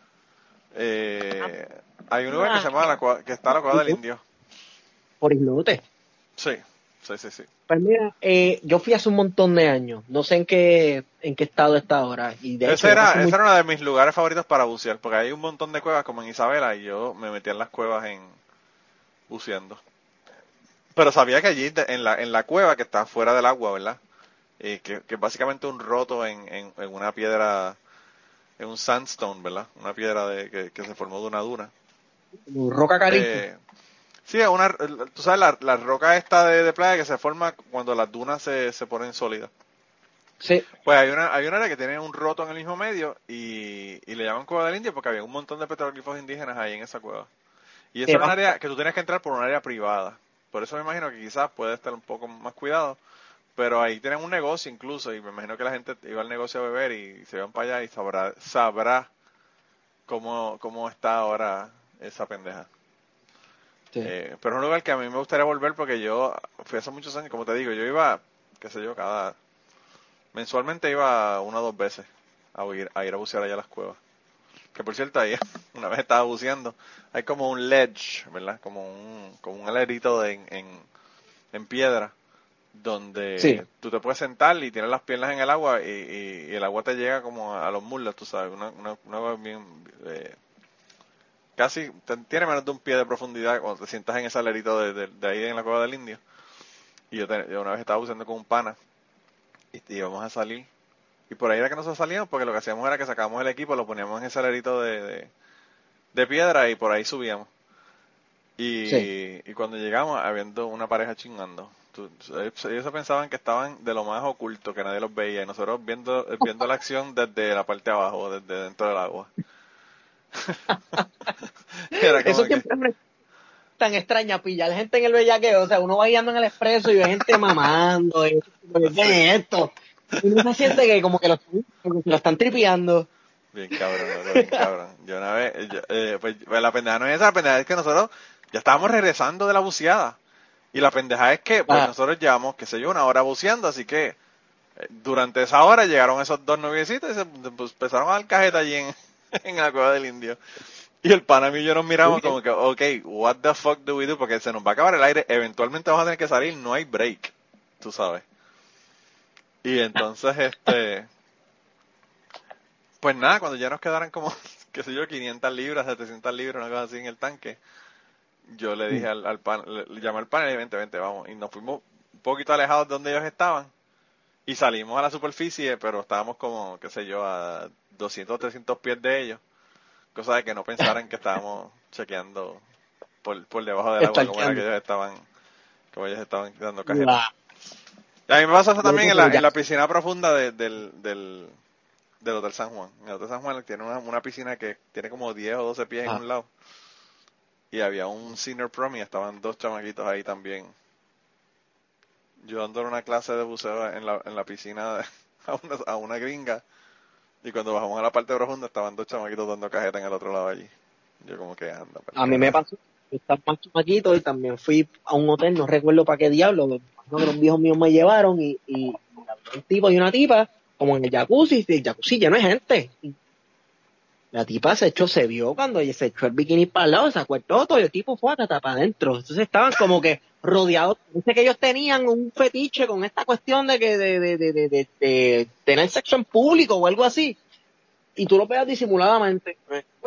Eh, hay un lugar que se llama la Cueva, que está la Cueva del Indio. Por Islote. Sí, sí, sí, sí. Pues mira, eh, yo fui hace un montón de años, no sé en qué en qué estado está ahora. Y de ese hecho, era, ese muy... era uno de mis lugares favoritos para bucear, porque hay un montón de cuevas como en Isabela y yo me metí en las cuevas en buceando. Pero sabía que allí, en la en la cueva que está fuera del agua, ¿verdad? Eh, que, que es básicamente un roto en, en, en una piedra, en un sandstone, ¿verdad? Una piedra de que, que se formó de una duna. Roca caliza. Eh, sí, una, tú sabes, la, la roca esta de, de playa que se forma cuando las dunas se, se ponen sólidas. Sí. Pues hay una hay una área que tiene un roto en el mismo medio y, y le llaman Cueva del Indio porque había un montón de petroglifos indígenas ahí en esa cueva. Y eso era un área que tú tienes que entrar por un área privada. Por eso me imagino que quizás puede estar un poco más cuidado. Pero ahí tienen un negocio incluso, y me imagino que la gente iba al negocio a beber y se van para allá y sabrá, sabrá cómo, cómo está ahora esa pendeja. Sí. Eh, pero es un lugar que a mí me gustaría volver porque yo fui hace muchos años, como te digo, yo iba, qué sé yo, cada... mensualmente iba una o dos veces a ir a, ir a bucear allá a las cuevas. Que por cierto, ahí una vez estaba buceando, hay como un ledge, ¿verdad? Como un, como un alerito de, en, en, en piedra, donde sí. tú te puedes sentar y tienes las piernas en el agua y, y, y el agua te llega como a los muslos, tú sabes, una, una, una agua bien... Eh, casi te, tiene menos de un pie de profundidad cuando te sientas en ese alerito de, de, de ahí en la cueva del Indio. Y yo, te, yo una vez estaba buceando con un pana y, y íbamos a salir. Y por ahí era que nosotros salíamos porque lo que hacíamos era que sacábamos el equipo, lo poníamos en ese alerito de, de, de piedra y por ahí subíamos. Y, sí. y cuando llegamos, habiendo una pareja chingando. Tú, ellos pensaban que estaban de lo más oculto, que nadie los veía. Y nosotros viendo, viendo la acción desde la parte de abajo, desde dentro del agua. Era como eso que... siempre es tan extraña, pillar gente en el bellaqueo. O sea, uno va guiando en el expreso y ve gente mamando. Y, ¿qué es esto? Y uno se siente que como que lo, como que lo están tripeando. Bien cabrón, bien cabrón. Yo una vez, yo, eh, pues, pues la pendeja no es esa, la pendeja es que nosotros ya estábamos regresando de la buceada. Y la pendeja es que pues ah. nosotros llevamos, qué sé yo, una hora buceando, así que eh, durante esa hora llegaron esos dos noviecitos y se pues, empezaron a dar cajeta allí en, en la cueva del Indio. Y el pana y yo nos miramos como que, ok, what the fuck do we do? Porque se nos va a acabar el aire, eventualmente vamos a tener que salir, no hay break, tú sabes. Y entonces, este, pues nada, cuando ya nos quedaran como, qué sé yo, quinientas libras, setecientas libras, una cosa así en el tanque, yo le dije al, al pan, le, le llamé al pan y le dije, vente, vente, vamos. Y nos fuimos un poquito alejados de donde ellos estaban y salimos a la superficie, pero estábamos como, qué sé yo, a doscientos, trescientos pies de ellos. Cosa de que no pensaran que estábamos chequeando por, por debajo del agua como era que ellos estaban, como ellos estaban dando cajeta. Y a mí me pasa eso también en la, en la piscina profunda de, del, del, del Hotel San Juan. En el Hotel San Juan tiene una, una piscina que tiene como diez o doce pies ah. en un lado. Y había un senior prom y estaban dos chamaquitos ahí también. Yo dándole una clase de buceo en la, en la piscina de, a, una, a una gringa. Y cuando bajamos a la parte profunda estaban dos chamaquitos dando cajeta en el otro lado allí. Yo como que anda. A mí me pasó. Estaba más chamaquito y también fui a un hotel, no recuerdo para qué diablo. Los viejos míos me llevaron y, y un tipo y una tipa, como en el jacuzzi, y el jacuzzi lleno de gente. Y la tipa se echó, se vio cuando ella se echó el bikini para el lado, se acuerdo todo y el tipo fue hasta para adentro. Entonces estaban como que rodeados. Dice que ellos tenían un fetiche con esta cuestión de que de, de, de, de, de, de tener sexo en público o algo así. Y tú lo veas disimuladamente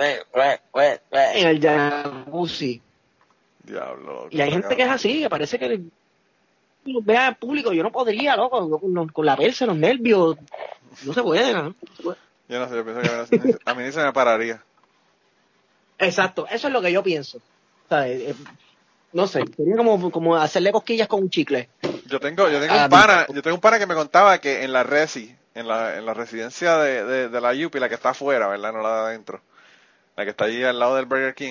en el jacuzzi. Diablo. Y hay gente que es así, que parece que lo vea en público. Yo no podría, loco, con, con la persa, los nervios. No se puede, ¿no? Yo no sé, yo pienso que a mí ni se me pararía. Exacto, eso es lo que yo pienso. O sea, eh, no sé, sería como, como hacerle cosquillas con un chicle. Yo tengo, yo tengo un pana, yo tengo un pana que me contaba que en la resi, en la, en la residencia de, de, de la U P I, la que está afuera, ¿verdad? No la de adentro. La que está allí al lado del Burger King.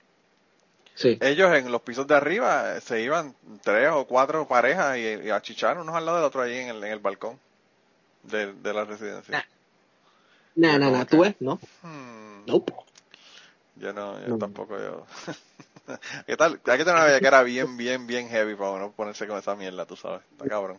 Sí. Ellos en los pisos de arriba se iban tres o cuatro parejas y, y a chichar unos al lado del otro allí en el, en el balcón de, de la residencia. No, no, no, tú ves, ¿no? Hmm. Nope. Yo no, yo no. tampoco, yo... ¿Qué tal? Hay que tener una vida que era bien, bien, bien heavy para uno ponerse con esa mierda, tú sabes. Está cabrón.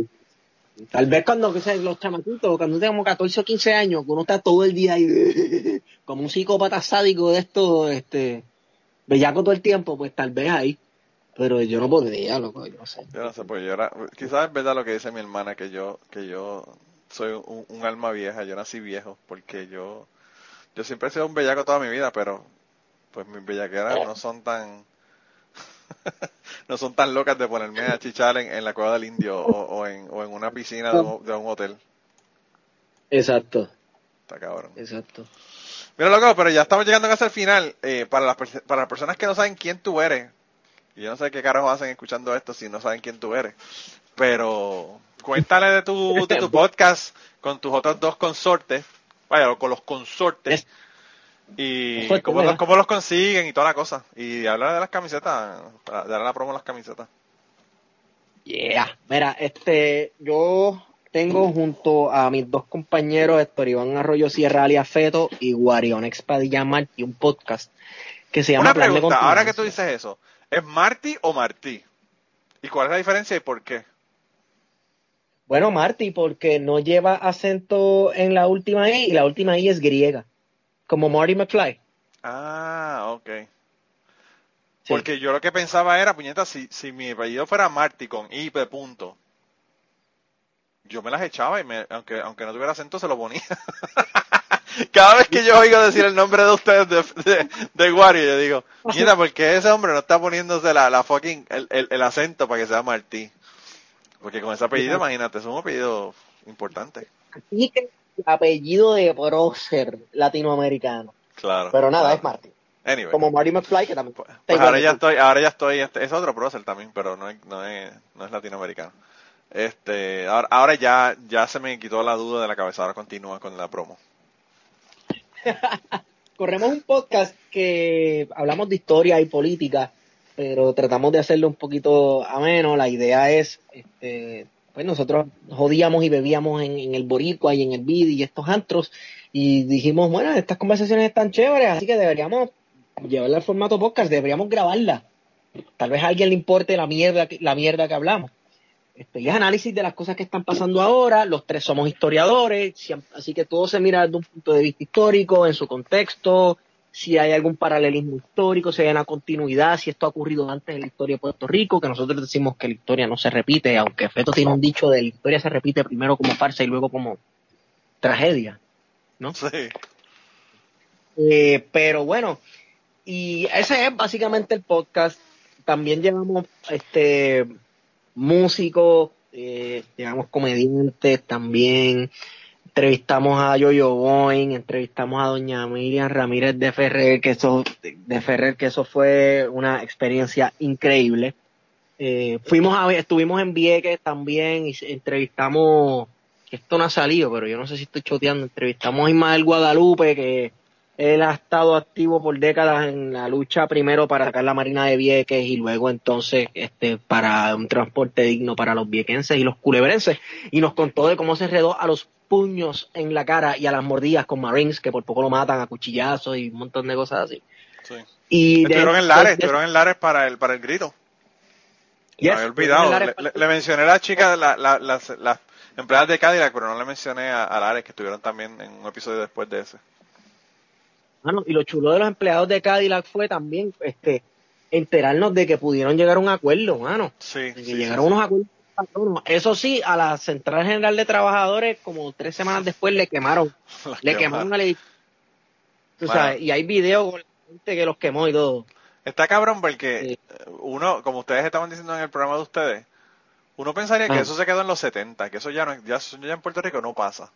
Tal vez cuando que sea, los chamaquitos, cuando tengamos catorce o quince años, que uno está todo el día ahí como un psicópata sádico de esto, este, bellaco todo el tiempo, pues tal vez ahí. Pero yo no podría, loco, yo no sé. Yo no sé, pues yo era... Quizás es verdad lo que dice mi hermana, que yo, que yo soy un, un alma vieja, yo nací viejo, porque yo... Yo siempre he sido un bellaco toda mi vida, pero pues mis bellaqueras no son tan no son tan locas de ponerme a chichar en, en la cueva del Indio o, o, en, o en una piscina de un, de un hotel. Exacto. Está cabrón. Exacto. Mira, loco, pero ya estamos llegando casi al final. Eh, para, las, para las personas que no saben quién tú eres, y yo no sé qué carajo hacen escuchando esto si no saben quién tú eres, pero cuéntale de tu, de tu podcast con tus otros dos consortes. Vaya, con los consortes. Y Fuerte, cómo, los, ¿verdad? cómo los consiguen y toda la cosa. Y hablar de las camisetas, para darle la promo a las camisetas. Yeah. Mira, este, yo tengo junto a mis dos compañeros, Héctor Iván Arroyo Sierra alias Feto y Guarion Expadilla Martí, un podcast que se llama Una Plan de pregunta, ahora que tú Contingencia. dices eso, ¿es Marty o Martí? ¿Y cuál es la diferencia y por qué? Bueno, Martí, porque no lleva acento en la última I y la última I es griega, como Marty McFly. Ah, ok. Sí. Porque yo lo que pensaba era, puñeta, si, si mi apellido fuera Marty con I de punto, yo me las echaba y me, aunque, aunque no tuviera acento se lo ponía. Cada vez que yo oigo decir el nombre de ustedes de, de, de Wario, yo digo, mira, ¿por qué ese hombre no está poniéndose la, la fucking, el, el, el acento para que sea Martí? Porque con ese apellido, imagínate, es un apellido importante. Y que el apellido de prócer latinoamericano. Claro. Pero nada, claro. es Marty. Anyway. Como Marty McFly, que también. Pues, está pues igual ahora de ya cool. estoy, ahora ya estoy, este, es otro prócer también, pero no es, no es, no es latinoamericano. Este, ahora, ahora ya, ya se me quitó la duda de la cabeza, ahora continúa con la promo. Corremos un podcast que hablamos de historia y política, pero tratamos de hacerlo un poquito ameno. La idea es, este, pues nosotros jodíamos y bebíamos en, en el Boricua y en el Bidi y estos antros, y dijimos, bueno, estas conversaciones están chéveres, así que deberíamos llevarla al formato podcast, deberíamos grabarla. Tal vez a alguien le importe la mierda, que- la mierda que hablamos. Este, y es análisis de las cosas que están pasando ahora. Los tres somos historiadores, si- así que todo se mira desde un punto de vista histórico, en su contexto, si hay algún paralelismo histórico, si hay una continuidad, si esto ha ocurrido antes en la historia de Puerto Rico, que nosotros decimos que la historia no se repite, aunque Feto tiene un dicho de la historia se repite primero como farsa y luego como tragedia, ¿no? Sí. Eh, pero bueno, y ese es básicamente el podcast. También llevamos este músicos, eh, llevamos comediantes también. Entrevistamos a Yoyo Boing, entrevistamos a doña Miriam Ramírez de Ferrer, que eso, de Ferrer, que eso fue una experiencia increíble. Eh, fuimos a, estuvimos en Vieques también y entrevistamos, esto no ha salido, pero yo no sé si estoy choteando, entrevistamos a Ismael Guadalupe, que él ha estado activo por décadas en la lucha primero para sacar la Marina de Vieques y luego entonces este para un transporte digno para los viequenses y los culebrenses, y nos contó de cómo se enredó a los puños en la cara y a las mordidas con Marines, que por poco lo matan a cuchillazos y un montón de cosas así. Sí. Y Estuvieron de, en Lares, de, estuvieron en Lares para el, para el grito. yes, Me había olvidado. Lares, Le, le, le mencioné a la chica, la, la, las, las empleadas de Cadillac, pero no le mencioné a, a Lares, que estuvieron también en un episodio después de ese. Bueno, y lo chulo de los empleados de Cadillac fue también este enterarnos de que pudieron llegar a un acuerdo, mano. Sí, De que sí, llegaron sí, unos sí. acuerdos. patronos. Eso sí, a la Central General de Trabajadores, como tres semanas después, le quemaron. Las le quemaron. quemaron el edificio. Tú Bueno. sabes, y hay videos con la gente que los quemó y todo. Está cabrón porque Sí. uno, como ustedes estaban diciendo en el programa de ustedes, uno pensaría que Ah. eso se quedó en los setenta, que eso ya no, ya, eso ya en Puerto Rico no pasa.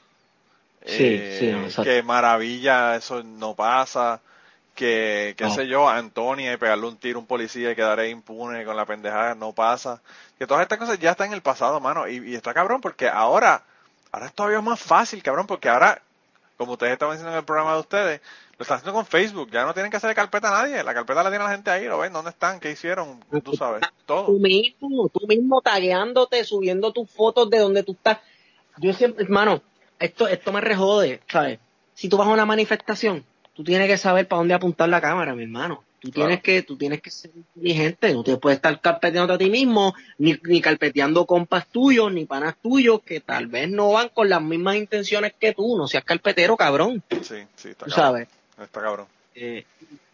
Sí, Eh, sí, no, exacto. que maravilla, eso no pasa. Que, qué No. sé yo, a Antonia y pegarle un tiro a un policía y quedar ahí impune con la pendejada, no pasa. Que todas estas cosas ya están en el pasado, mano. Y, y está cabrón porque ahora, ahora es todavía más fácil, cabrón, porque ahora, como ustedes estaban diciendo en el programa de ustedes, lo están haciendo con Facebook. Ya no tienen que hacerle carpeta a nadie. La carpeta la tiene la gente ahí, lo ven, dónde están, qué hicieron, tú sabes, todo. Tú mismo, tú mismo tagueándote, subiendo tus fotos de donde tú estás. Yo siempre, hermano, esto, esto me rejode, ¿sabes? Si tú vas a una manifestación, tú tienes que saber para dónde apuntar la cámara, mi hermano. Tú tienes Claro. que, tú tienes que ser inteligente, no te puedes estar carpeteando a ti mismo, ni, ni carpeteando compas tuyos, ni panas tuyos, que tal vez no van con las mismas intenciones que tú, no seas carpetero, cabrón, Sí, sí, está tú cabrón. sabes. Está cabrón. Eh,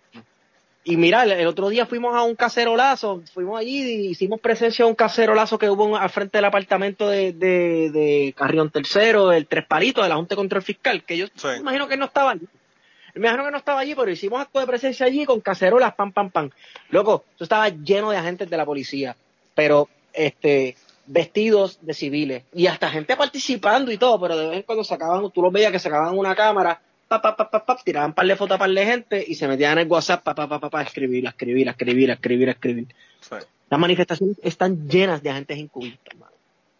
y mira, el, el otro día fuimos a un cacerolazo, fuimos allí y hicimos presencia de un cacerolazo que hubo en- al frente del apartamento de, de, de Carrión Tercero, el Tres Palitos, de la Junta de Control Fiscal, que yo Sí. me imagino que él no estaba allí. Me imagino que no estaba allí, pero hicimos acto de presencia allí con cacerolas, pam, pam, pam. Loco, eso estaba lleno de agentes de la policía, pero este vestidos de civiles y hasta gente participando y todo, pero de vez en cuando sacaban, tú los veías que sacaban una cámara, pa, pa, pa, pa, pa, tiraban par de fotos a par de gente y se metían en el WhatsApp, pa, pa, pa, pa, pa, a escribir, a escribir, a escribir, a escribir, a escribir. Sí. Las manifestaciones están llenas de agentes encubiertos, hermano.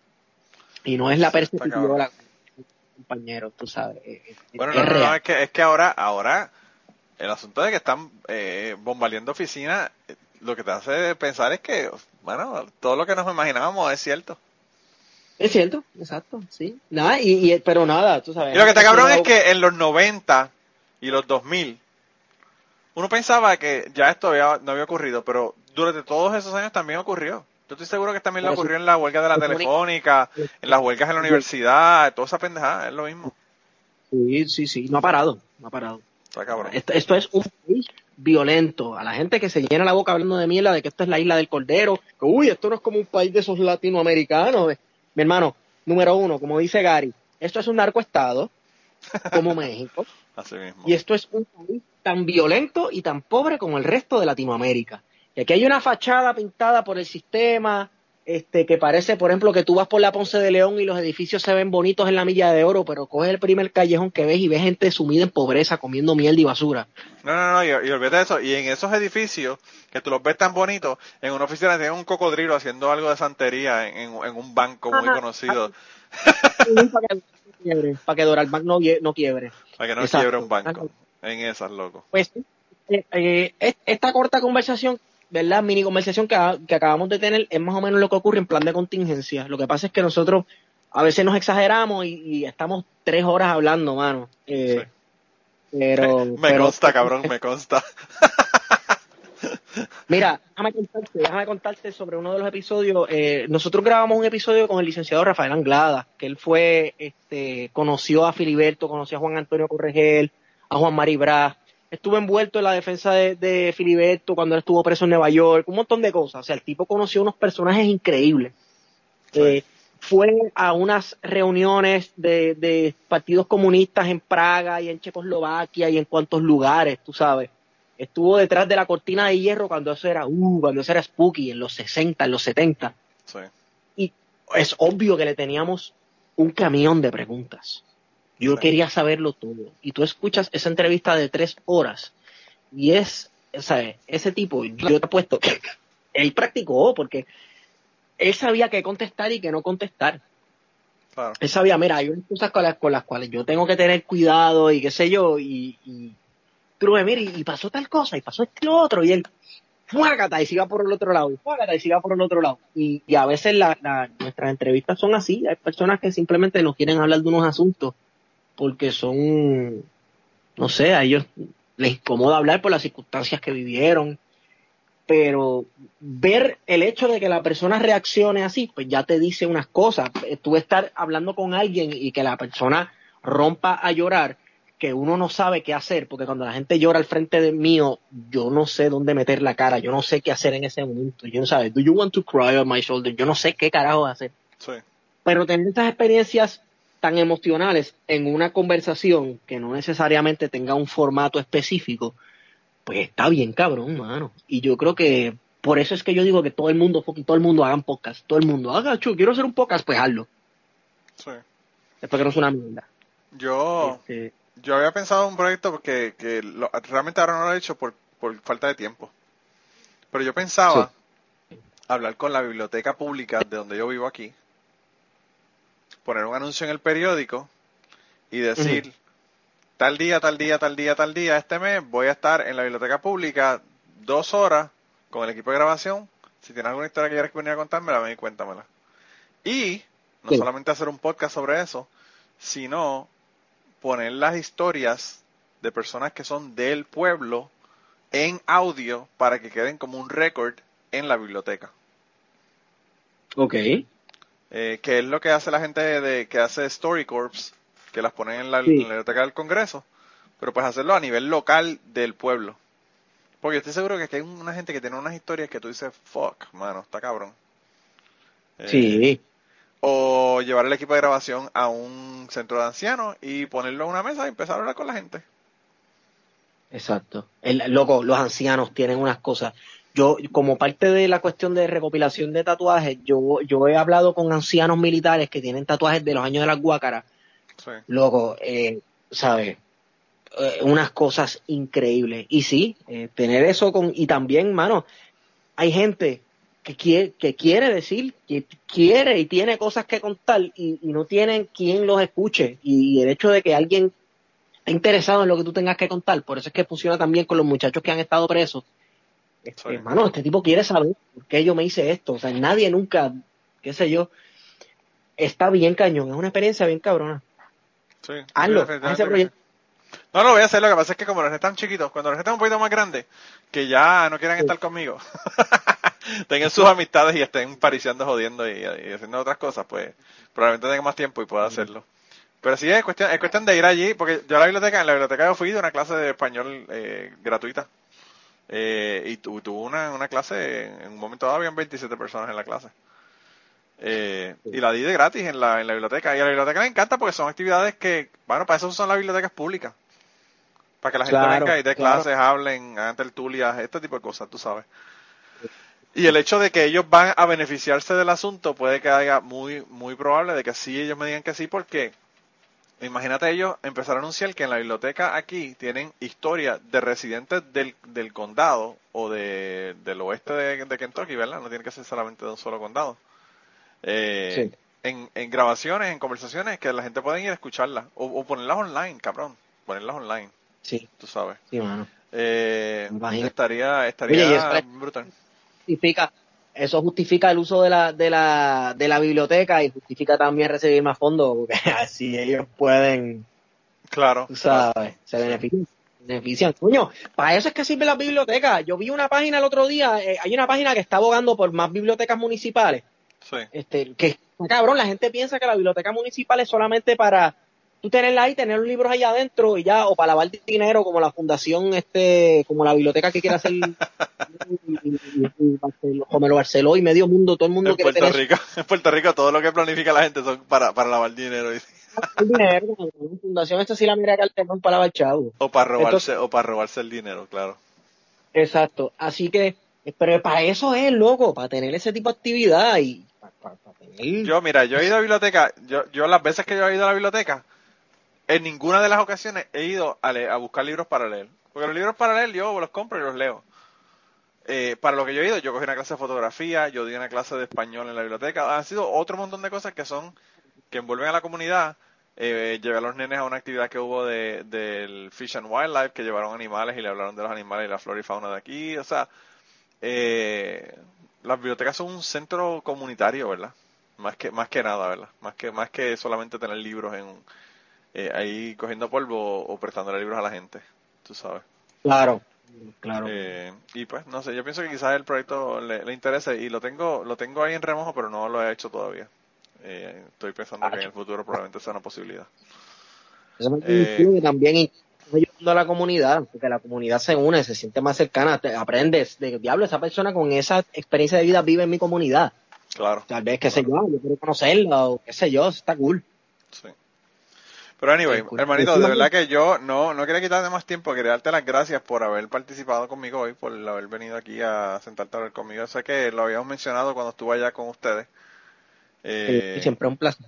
Y no es la Sí, está perspectiva cabrón. de la compañero, tú sabes. Es, es- Bueno, es no, no, no, real. es que, es que ahora, ahora, el asunto de que están eh, bombardeando oficinas, eh, lo que te hace pensar es que, bueno, todo lo que nos imaginábamos es cierto. Es cierto, exacto, sí. Nada, y, y pero nada, tú sabes. Y lo que está cabrón es que en los noventa y los dos mil, uno pensaba que ya esto había, no había ocurrido, pero durante todos esos años también ocurrió. Yo estoy seguro que también lo ocurrió en la huelga de la telefónica, en las huelgas en la universidad, toda esa pendejada, es lo mismo. Sí, sí, sí, no ha parado, no ha parado. Está cabrón. Esto, esto es un país violento. A la gente que se llena la boca hablando de mierda de que esto es la isla del Cordero, que uy, esto no es como un país de esos latinoamericanos. Mi hermano, número uno, como dice Gary, esto es un narcoestado, como México. Así mismo. Y esto es un país tan violento y tan pobre como el resto de Latinoamérica. Y aquí hay una fachada pintada por el sistema, este, que parece, por ejemplo, que tú vas por la Ponce de León y los edificios se ven bonitos en la Milla de Oro, pero coges el primer callejón que ves y ves gente sumida en pobreza, comiendo mierda y basura. No, no, no, y, y olvídate de eso. Y en esos edificios, que tú los ves tan bonitos, en una oficina tienen un cocodrilo haciendo algo de santería en, en, en un banco muy Ajá. conocido. Para que, quiebre, para que Doral Bank no, no quiebre. Para que no Exacto. quiebre un banco. En esas, loco. Pues eh, eh, esta corta conversación, ¿verdad? Mini conversación que, que acabamos de tener es más o menos lo que ocurre en plan de contingencia. Lo que pasa es que nosotros a veces nos exageramos y, y estamos tres horas hablando, mano. Eh, Sí. Pero, me pero, consta, cabrón, me consta. Mira, déjame contarte, déjame contarte sobre uno de los episodios. Eh, nosotros grabamos un episodio con el licenciado Rafael Anglada, que él fue, este, conoció a Filiberto, conoció a Juan Antonio Corregel, a Juan Mari Brás, estuvo envuelto en la defensa de, de Filiberto cuando él estuvo preso en Nueva York, un montón de cosas. O sea, el tipo conoció unos personajes increíbles. Sí. Eh, fue a unas reuniones de, de partidos comunistas en Praga y en Checoslovaquia y en cuantos lugares, tú sabes. Estuvo detrás de la cortina de hierro cuando eso era, uh, cuando eso era spooky, en los sesenta, en los setenta. Sí. Y es obvio que le teníamos un camión de preguntas. Yo Sí. quería saberlo todo. Y tú escuchas esa entrevista de tres horas y es, ¿sabes? Ese tipo, yo te apuesto que él practicó porque él sabía qué contestar y qué no contestar. Claro. Él sabía, mira, hay unas cosas con las, con las cuales yo tengo que tener cuidado y qué sé yo, y, y tú lo ves, mira, y, y pasó tal cosa, y pasó esto otro, y él, fuágata, y siga por el otro lado, y fuágata, y siga por el otro lado. Y, y a veces la, la, nuestras entrevistas son así, hay personas que simplemente no quieren hablar de unos asuntos porque son, no sé, a ellos les incomoda hablar por las circunstancias que vivieron, pero ver el hecho de que la persona reaccione así, pues ya te dice unas cosas. Tú estar hablando con alguien y que la persona rompa a llorar, que uno no sabe qué hacer, porque cuando la gente llora al frente de mío, yo no sé dónde meter la cara, yo no sé qué hacer en ese momento. Yo no sé, do you want to cry on my shoulder? Yo no sé qué carajo hacer. Sí. Pero tener estas experiencias tan emocionales en una conversación que no necesariamente tenga un formato específico, pues está bien cabrón, mano. Y yo creo que por eso es que yo digo que todo el mundo, todo el mundo hagan podcast, todo el mundo, haga, chu, quiero hacer un podcast, pues hazlo. Sí. Después que no es una mierda. Yo, Este, yo había pensado en un proyecto porque que lo- realmente ahora no lo he hecho por, por falta de tiempo. Pero yo pensaba hablar con la biblioteca pública de donde yo vivo aquí, poner un anuncio en el periódico y decir, Ujú. tal día, tal día, tal día, tal día, este mes voy a estar en la biblioteca pública dos horas con el equipo de grabación. Si tienes alguna historia que quieras venir a contármela, ven y cuéntamela. Y no Sí. solamente hacer un podcast sobre eso, sino poner las historias de personas que son del pueblo en audio para que queden como un récord en la biblioteca. Ok. Eh, que es lo que hace la gente de, que hace Story Corps, que las ponen en la, Sí. en la biblioteca del Congreso, pero pues hacerlo a nivel local del pueblo. Porque yo estoy seguro que aquí hay una gente que tiene unas historias que tú dices, fuck, mano, está cabrón. Eh, Sí. O llevar el equipo de grabación a un centro de ancianos y ponerlo en una mesa y empezar a hablar con la gente. Exacto. El, loco, los ancianos tienen unas cosas. Yo, como parte de la cuestión de recopilación de tatuajes, yo, yo he hablado con ancianos militares que tienen tatuajes de los años de las guácaras. Sí. Loco, eh, ¿sabes? Eh, unas cosas increíbles. Y sí, eh, tener eso con... Y también, mano, hay gente que quiere, que quiere decir, que quiere y tiene cosas que contar y, y no tienen quien los escuche. Y el hecho de que alguien interesado en lo que tú tengas que contar. Por eso es que funciona también con los muchachos que han estado presos. Este, Sí. Hermano, este tipo quiere saber por qué yo me hice esto. O sea, nadie nunca, qué sé yo, está bien cañón. Es una experiencia bien cabrona. Sí, sí, Hazlo, haz definitivamente ese que proyecto. sí. No lo voy a hacer, lo que pasa es que como los están chiquitos, cuando los están un poquito más grandes, que ya no quieran Sí. estar conmigo, tengan sus amistades y estén pariciando, jodiendo y, y haciendo otras cosas, pues probablemente tengan más tiempo y pueda hacerlo. Pero sí es cuestión, es cuestión de ir allí, porque yo a la biblioteca, en la biblioteca yo fui de una clase de español eh, gratuita. Eh, y tu, tuvo una, una clase, en un momento dado habían veintisiete personas en la clase. Eh, y la di de gratis en la, en la biblioteca. Y a la biblioteca le encanta porque son actividades que, bueno, para eso son las bibliotecas públicas. Para que la gente Claro, venga y dé claro. clases, hablen, hagan tertulias, este tipo de cosas, tú sabes. Y el hecho de que ellos van a beneficiarse del asunto puede que haya muy, muy probable de que sí ellos me digan que sí, porque imagínate ellos empezar a anunciar que en la biblioteca aquí tienen historia de residentes del, del condado o de, del oeste de, de Kentucky, ¿verdad? No tiene que ser solamente de un solo condado. Eh, Sí. en, en grabaciones, en conversaciones, que la gente puede ir a escucharlas. O, o ponerlas online, cabrón. Ponerlas online, Sí, tú sabes. sí, mano. Eh, Imagínate. estaría, Oye, y eso estaría es- brutal. justifica, eso justifica el uso de la, de la, de la biblioteca y justifica también recibir más fondos, porque así ellos pueden, Claro, tú claro. sabes, se Sí. benefician. benefician. Coño, para eso es que sirve la biblioteca. Yo vi una página el otro día, eh, hay una página que está abogando por más bibliotecas municipales. Sí. Este, que, cabrón, la gente piensa que la biblioteca municipal es solamente para tú tenerla ahí, tener los libros ahí adentro y ya, o para lavar dinero como la fundación, este, como la biblioteca que quiere hacer y, y, y- y Barceló, Homero Barceló y medio mundo, todo el mundo En quiere Puerto tener Rico, en Puerto Rico todo lo que planifica la gente son para, para lavar dinero y- su dinero, cabrón. Fundación esta sí la mira Calderón para lavar chavo. o para robarse Entonces, o para robarse el dinero, claro. exacto, así que, pero para eso es, loco, para tener ese tipo de actividad y para, para- para tener... Yo, mira, yo he ido a la biblioteca, yo, yo las veces que yo he ido a la biblioteca, en ninguna de las ocasiones he ido a, leer- a buscar libros para leer. Porque los libros para leer yo los compro y los leo. Eh, para lo que yo he ido, yo cogí una clase de fotografía, yo di una clase de español en la biblioteca. Han sido otro montón de cosas que son, que envuelven a la comunidad. Eh, llevé a los nenes a una actividad que hubo de, del Fish and Wildlife, que llevaron animales y le hablaron de los animales y la flora y fauna de aquí. O sea, eh, las bibliotecas son un centro comunitario, ¿verdad? Más que, más que nada, ¿verdad? Más que, más que solamente tener libros en, eh, ahí cogiendo polvo o prestándole libros a la gente, tú sabes. Claro, claro. Eh, y pues, no sé, yo pienso que quizás el proyecto le, le interese y lo tengo lo tengo ahí en remojo, pero no lo he hecho todavía. Eh, estoy pensando que en el futuro probablemente sea una posibilidad. Eso me Eh, que también está ayudando a la comunidad, porque la comunidad se une, se siente más cercana, te aprendes de diablo, esa persona con esa experiencia de vida vive en mi comunidad. claro. Tal vez, qué sé claro, yo, yo quiero conocerla o qué sé yo, eso está cool. sí. Pero anyway, Está cool. hermanito, de verdad que yo no, no quería quitarte más tiempo, quería darte las gracias por haber participado conmigo hoy, por haber venido aquí a sentarte a hablar conmigo. Sé que lo habíamos mencionado cuando estuve allá con ustedes. Eh, Eh, siempre un placer.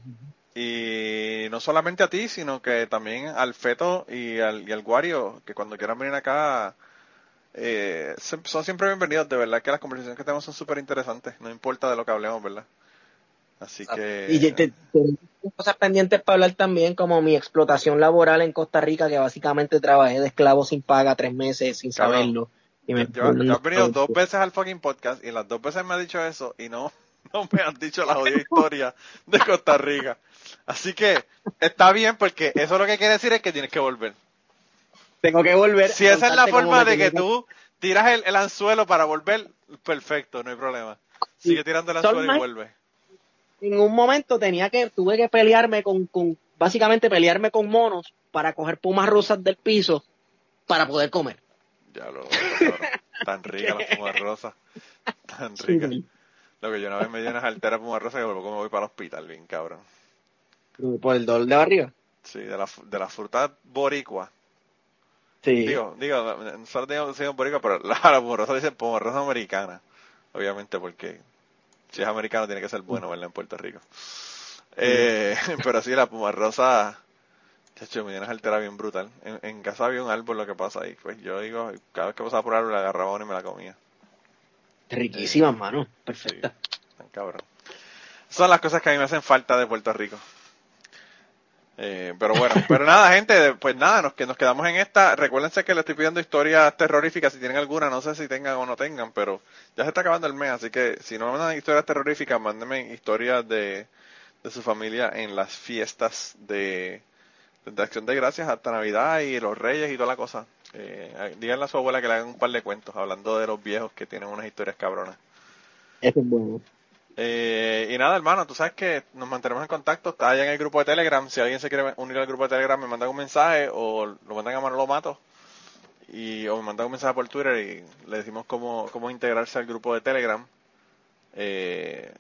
y no solamente a ti, sino que también al Feto y al, y al Wario, que cuando quieran venir acá, eh, se- son siempre bienvenidos. De verdad que las conversaciones que tenemos son súper interesantes, no importa de lo que hablemos, ¿verdad? Así Y te, que, te- tengo cosas pendientes para hablar también, como mi explotación laboral en Costa Rica, que básicamente trabajé de esclavo sin paga tres meses sin cabrón, saberlo. Y yo, me yo, yo has venido dos veces al fucking podcast y las dos veces me has dicho eso y no, no me has dicho la jodida historia de Costa Rica. Así que está bien porque eso lo que quiere decir es que tienes que volver. tengo que volver Si a esa es la contarte cómo forma me de que tenía que... tú tiras el, el anzuelo para volver, perfecto, no hay problema. Sigue tirando el Solo anzuelo y vuelve. en un momento tenía que, tuve que pelearme con, con, básicamente pelearme con monos para coger pumas rosas del piso para poder comer. Ya lo cabrón. Tan rica la puma rosa. Tan rica. Lo que yo una vez me dio unas alteras puma rosa que luego me voy para el hospital, bien cabrón. Por el dolor de barriga. Sí, de la, de la fruta boricua. Sí. Digo, digo, nosotros decimos decimos boricua, pero la, la puma rosa dice puma rosa americana. Obviamente porque si es americano tiene que ser bueno, ¿verdad? En Puerto Rico. Eh, pero sí, la puma rosa, chacho, me dio unas alteras bien brutal. En, en casa había un árbol, lo que pasa ahí. Pues yo digo, cada vez que pasaba por el árbol, la agarraba una y me la comía. Riquísima, Eh, mano. Sí, Perfecta. tan cabrón. Son las cosas que a mí me hacen falta de Puerto Rico. Eh, pero bueno, pero nada, gente, pues nada, nos, que nos quedamos en esta. Recuérdense que le estoy pidiendo historias terroríficas, si tienen alguna, no sé si tengan o no tengan, pero ya se está acabando el mes, así que si no me mandan historias terroríficas, mándenme historias de, de su familia en las fiestas de, de Acción de Gracias hasta Navidad y los Reyes y toda la cosa. Eh, díganle a su abuela que le hagan un par de cuentos hablando de los viejos que tienen unas historias cabronas. Eso es bueno. Eh, y nada, hermano, tú sabes que nos mantenemos en contacto. Está allá en el grupo de Telegram. Si alguien se quiere unir al grupo de Telegram, me mandan un mensaje o lo mandan a Manolo Mato. Y, o me mandan un mensaje por Twitter y le decimos cómo, cómo integrarse al grupo de Telegram. Eh,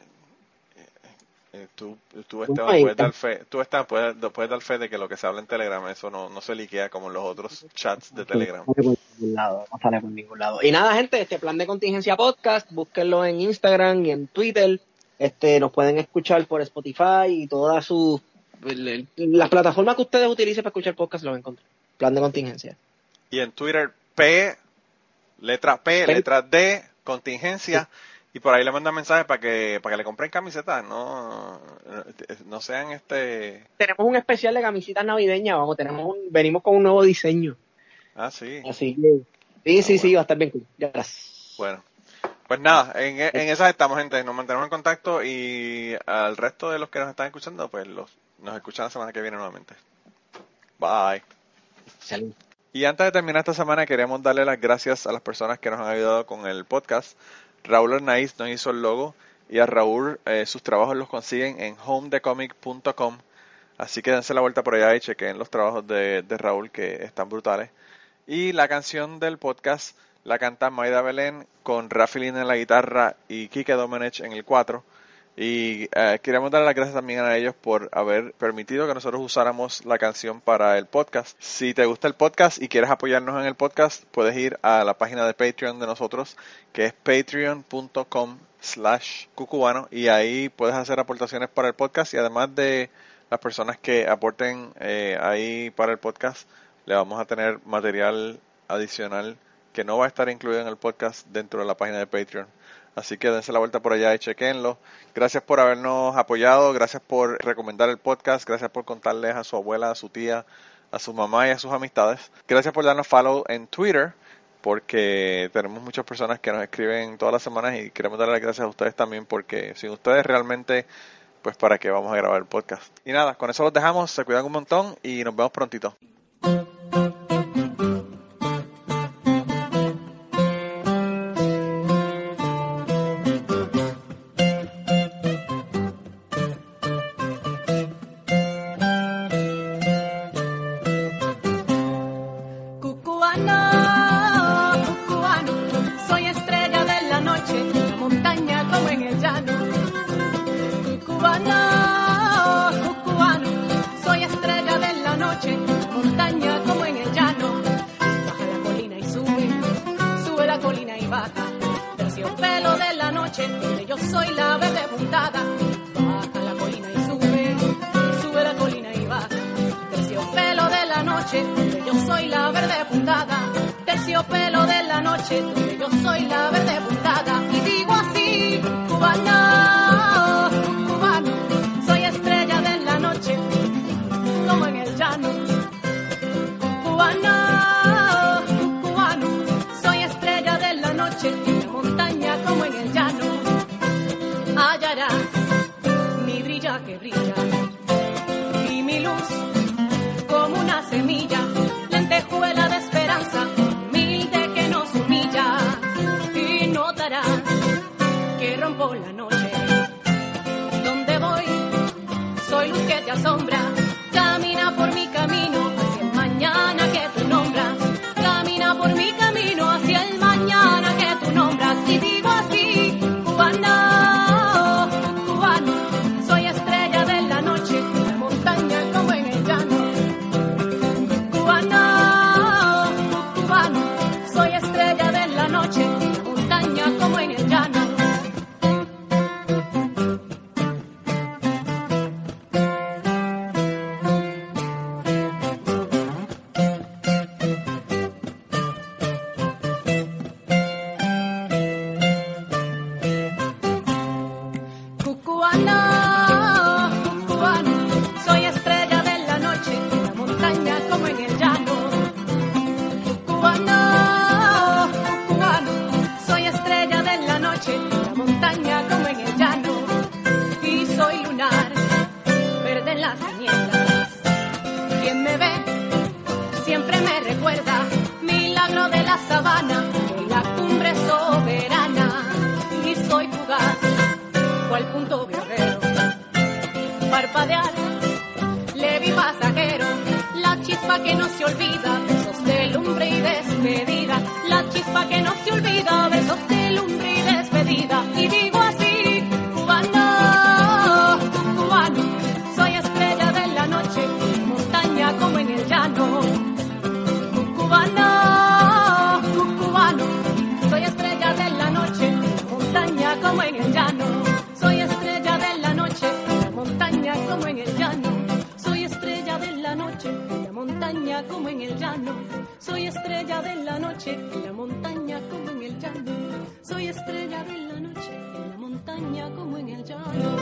eh, tú, tú, Esteban, puedes dar fe, tú Esteban, puedes, puedes dar fe de que lo que se habla en Telegram, eso no, no se liquea como en los otros chats de Telegram. No sale por ningún lado, no sale por ningún lado. Y nada, gente, este Plan de Contingencia Podcast, búsquenlo en Instagram y en Twitter. Este, nos pueden escuchar por Spotify y todas sus las plataformas que ustedes utilicen para escuchar podcast lo van a encontrar. Plan de Contingencia. Y en Twitter, P, letra P, P. letra D, contingencia, sí. Y por ahí le mandan mensajes para que para que le compren camisetas, no no sean este. Tenemos un especial de camisetas navideñas, vamos, tenemos un, venimos con un nuevo diseño. Ah, sí. Así que sí, ah, sí, bueno. sí, va a estar bien cool. Gracias. Bueno. Pues nada, en, en esas estamos, gente. Nos mantenemos en contacto y al resto de los que nos están escuchando, pues los nos escuchan la semana que viene nuevamente. Bye. Salud. Y antes de terminar esta semana, queremos darle las gracias a las personas que nos han ayudado con el podcast. Raúl Arnaiz nos hizo el logo y a Raúl eh, sus trabajos los consiguen en home the comic punto com. Así que dense la vuelta por allá y chequen los trabajos de, de Raúl que están brutales. Y la canción del podcast la canta Maida Belén con Rafi Lin en la guitarra y Kike Domenech en el cuatro. Y eh, queremos dar las gracias también a ellos por haber permitido que nosotros usáramos la canción para el podcast. Si te gusta el podcast y quieres apoyarnos en el podcast, puedes ir a la página de Patreon de nosotros, que es patreon punto com slash cucubano, y ahí puedes hacer aportaciones para el podcast, y además de las personas que aporten eh, ahí para el podcast, le vamos a tener material adicional que no va a estar incluido en el podcast dentro de la página de Patreon. Así que dense la vuelta por allá y chequenlo. Gracias por habernos apoyado, gracias por recomendar el podcast, gracias por contarles a su abuela, a su tía, a su mamá y a sus amistades. Gracias por darnos follow en Twitter, porque tenemos muchas personas que nos escriben todas las semanas y queremos darle las gracias a ustedes también, porque sin ustedes realmente, pues para qué vamos a grabar el podcast. Y nada, con eso los dejamos, se cuidan un montón y nos vemos prontito. Terciopelo de la noche, donde yo soy la verde puntada. Y digo así, cubano, cubano, soy estrella de la noche, como en el llano. Cubano, cubano, soy estrella de la noche, en la montaña como en el llano. Hallarás mi brilla que brilla y mi luz como una semilla, lentejuela de esperanza, humilde que nos humilla, y notarás que rompo la noche. Donde voy, soy luz que te asombra, camina por mi camino hacia el mañana que tú nombras, camina por mi camino hacia el mañana que tú nombras, y digo así, cubano, cubano, soy estrella de la noche, en la montaña como en el llano. Cubano, cubano, soy estrella de la noche, en la montaña como en el llano. no se olvida, besos de lumbre y despedida. La chispa que no se olvida, besos de lumbre y despedida. Y digo así, cubano, cubano, soy estrella de la noche, montaña como en el llano. Cubano, cubano, soy estrella de la noche, montaña como en el llano. Soy estrella de la noche, montaña como en el llano. Soy estrella de la noche, en la montaña como en el llano. Soy estrella de la noche, en la montaña como en el llano. Soy estrella de la noche, en la montaña como en el llano.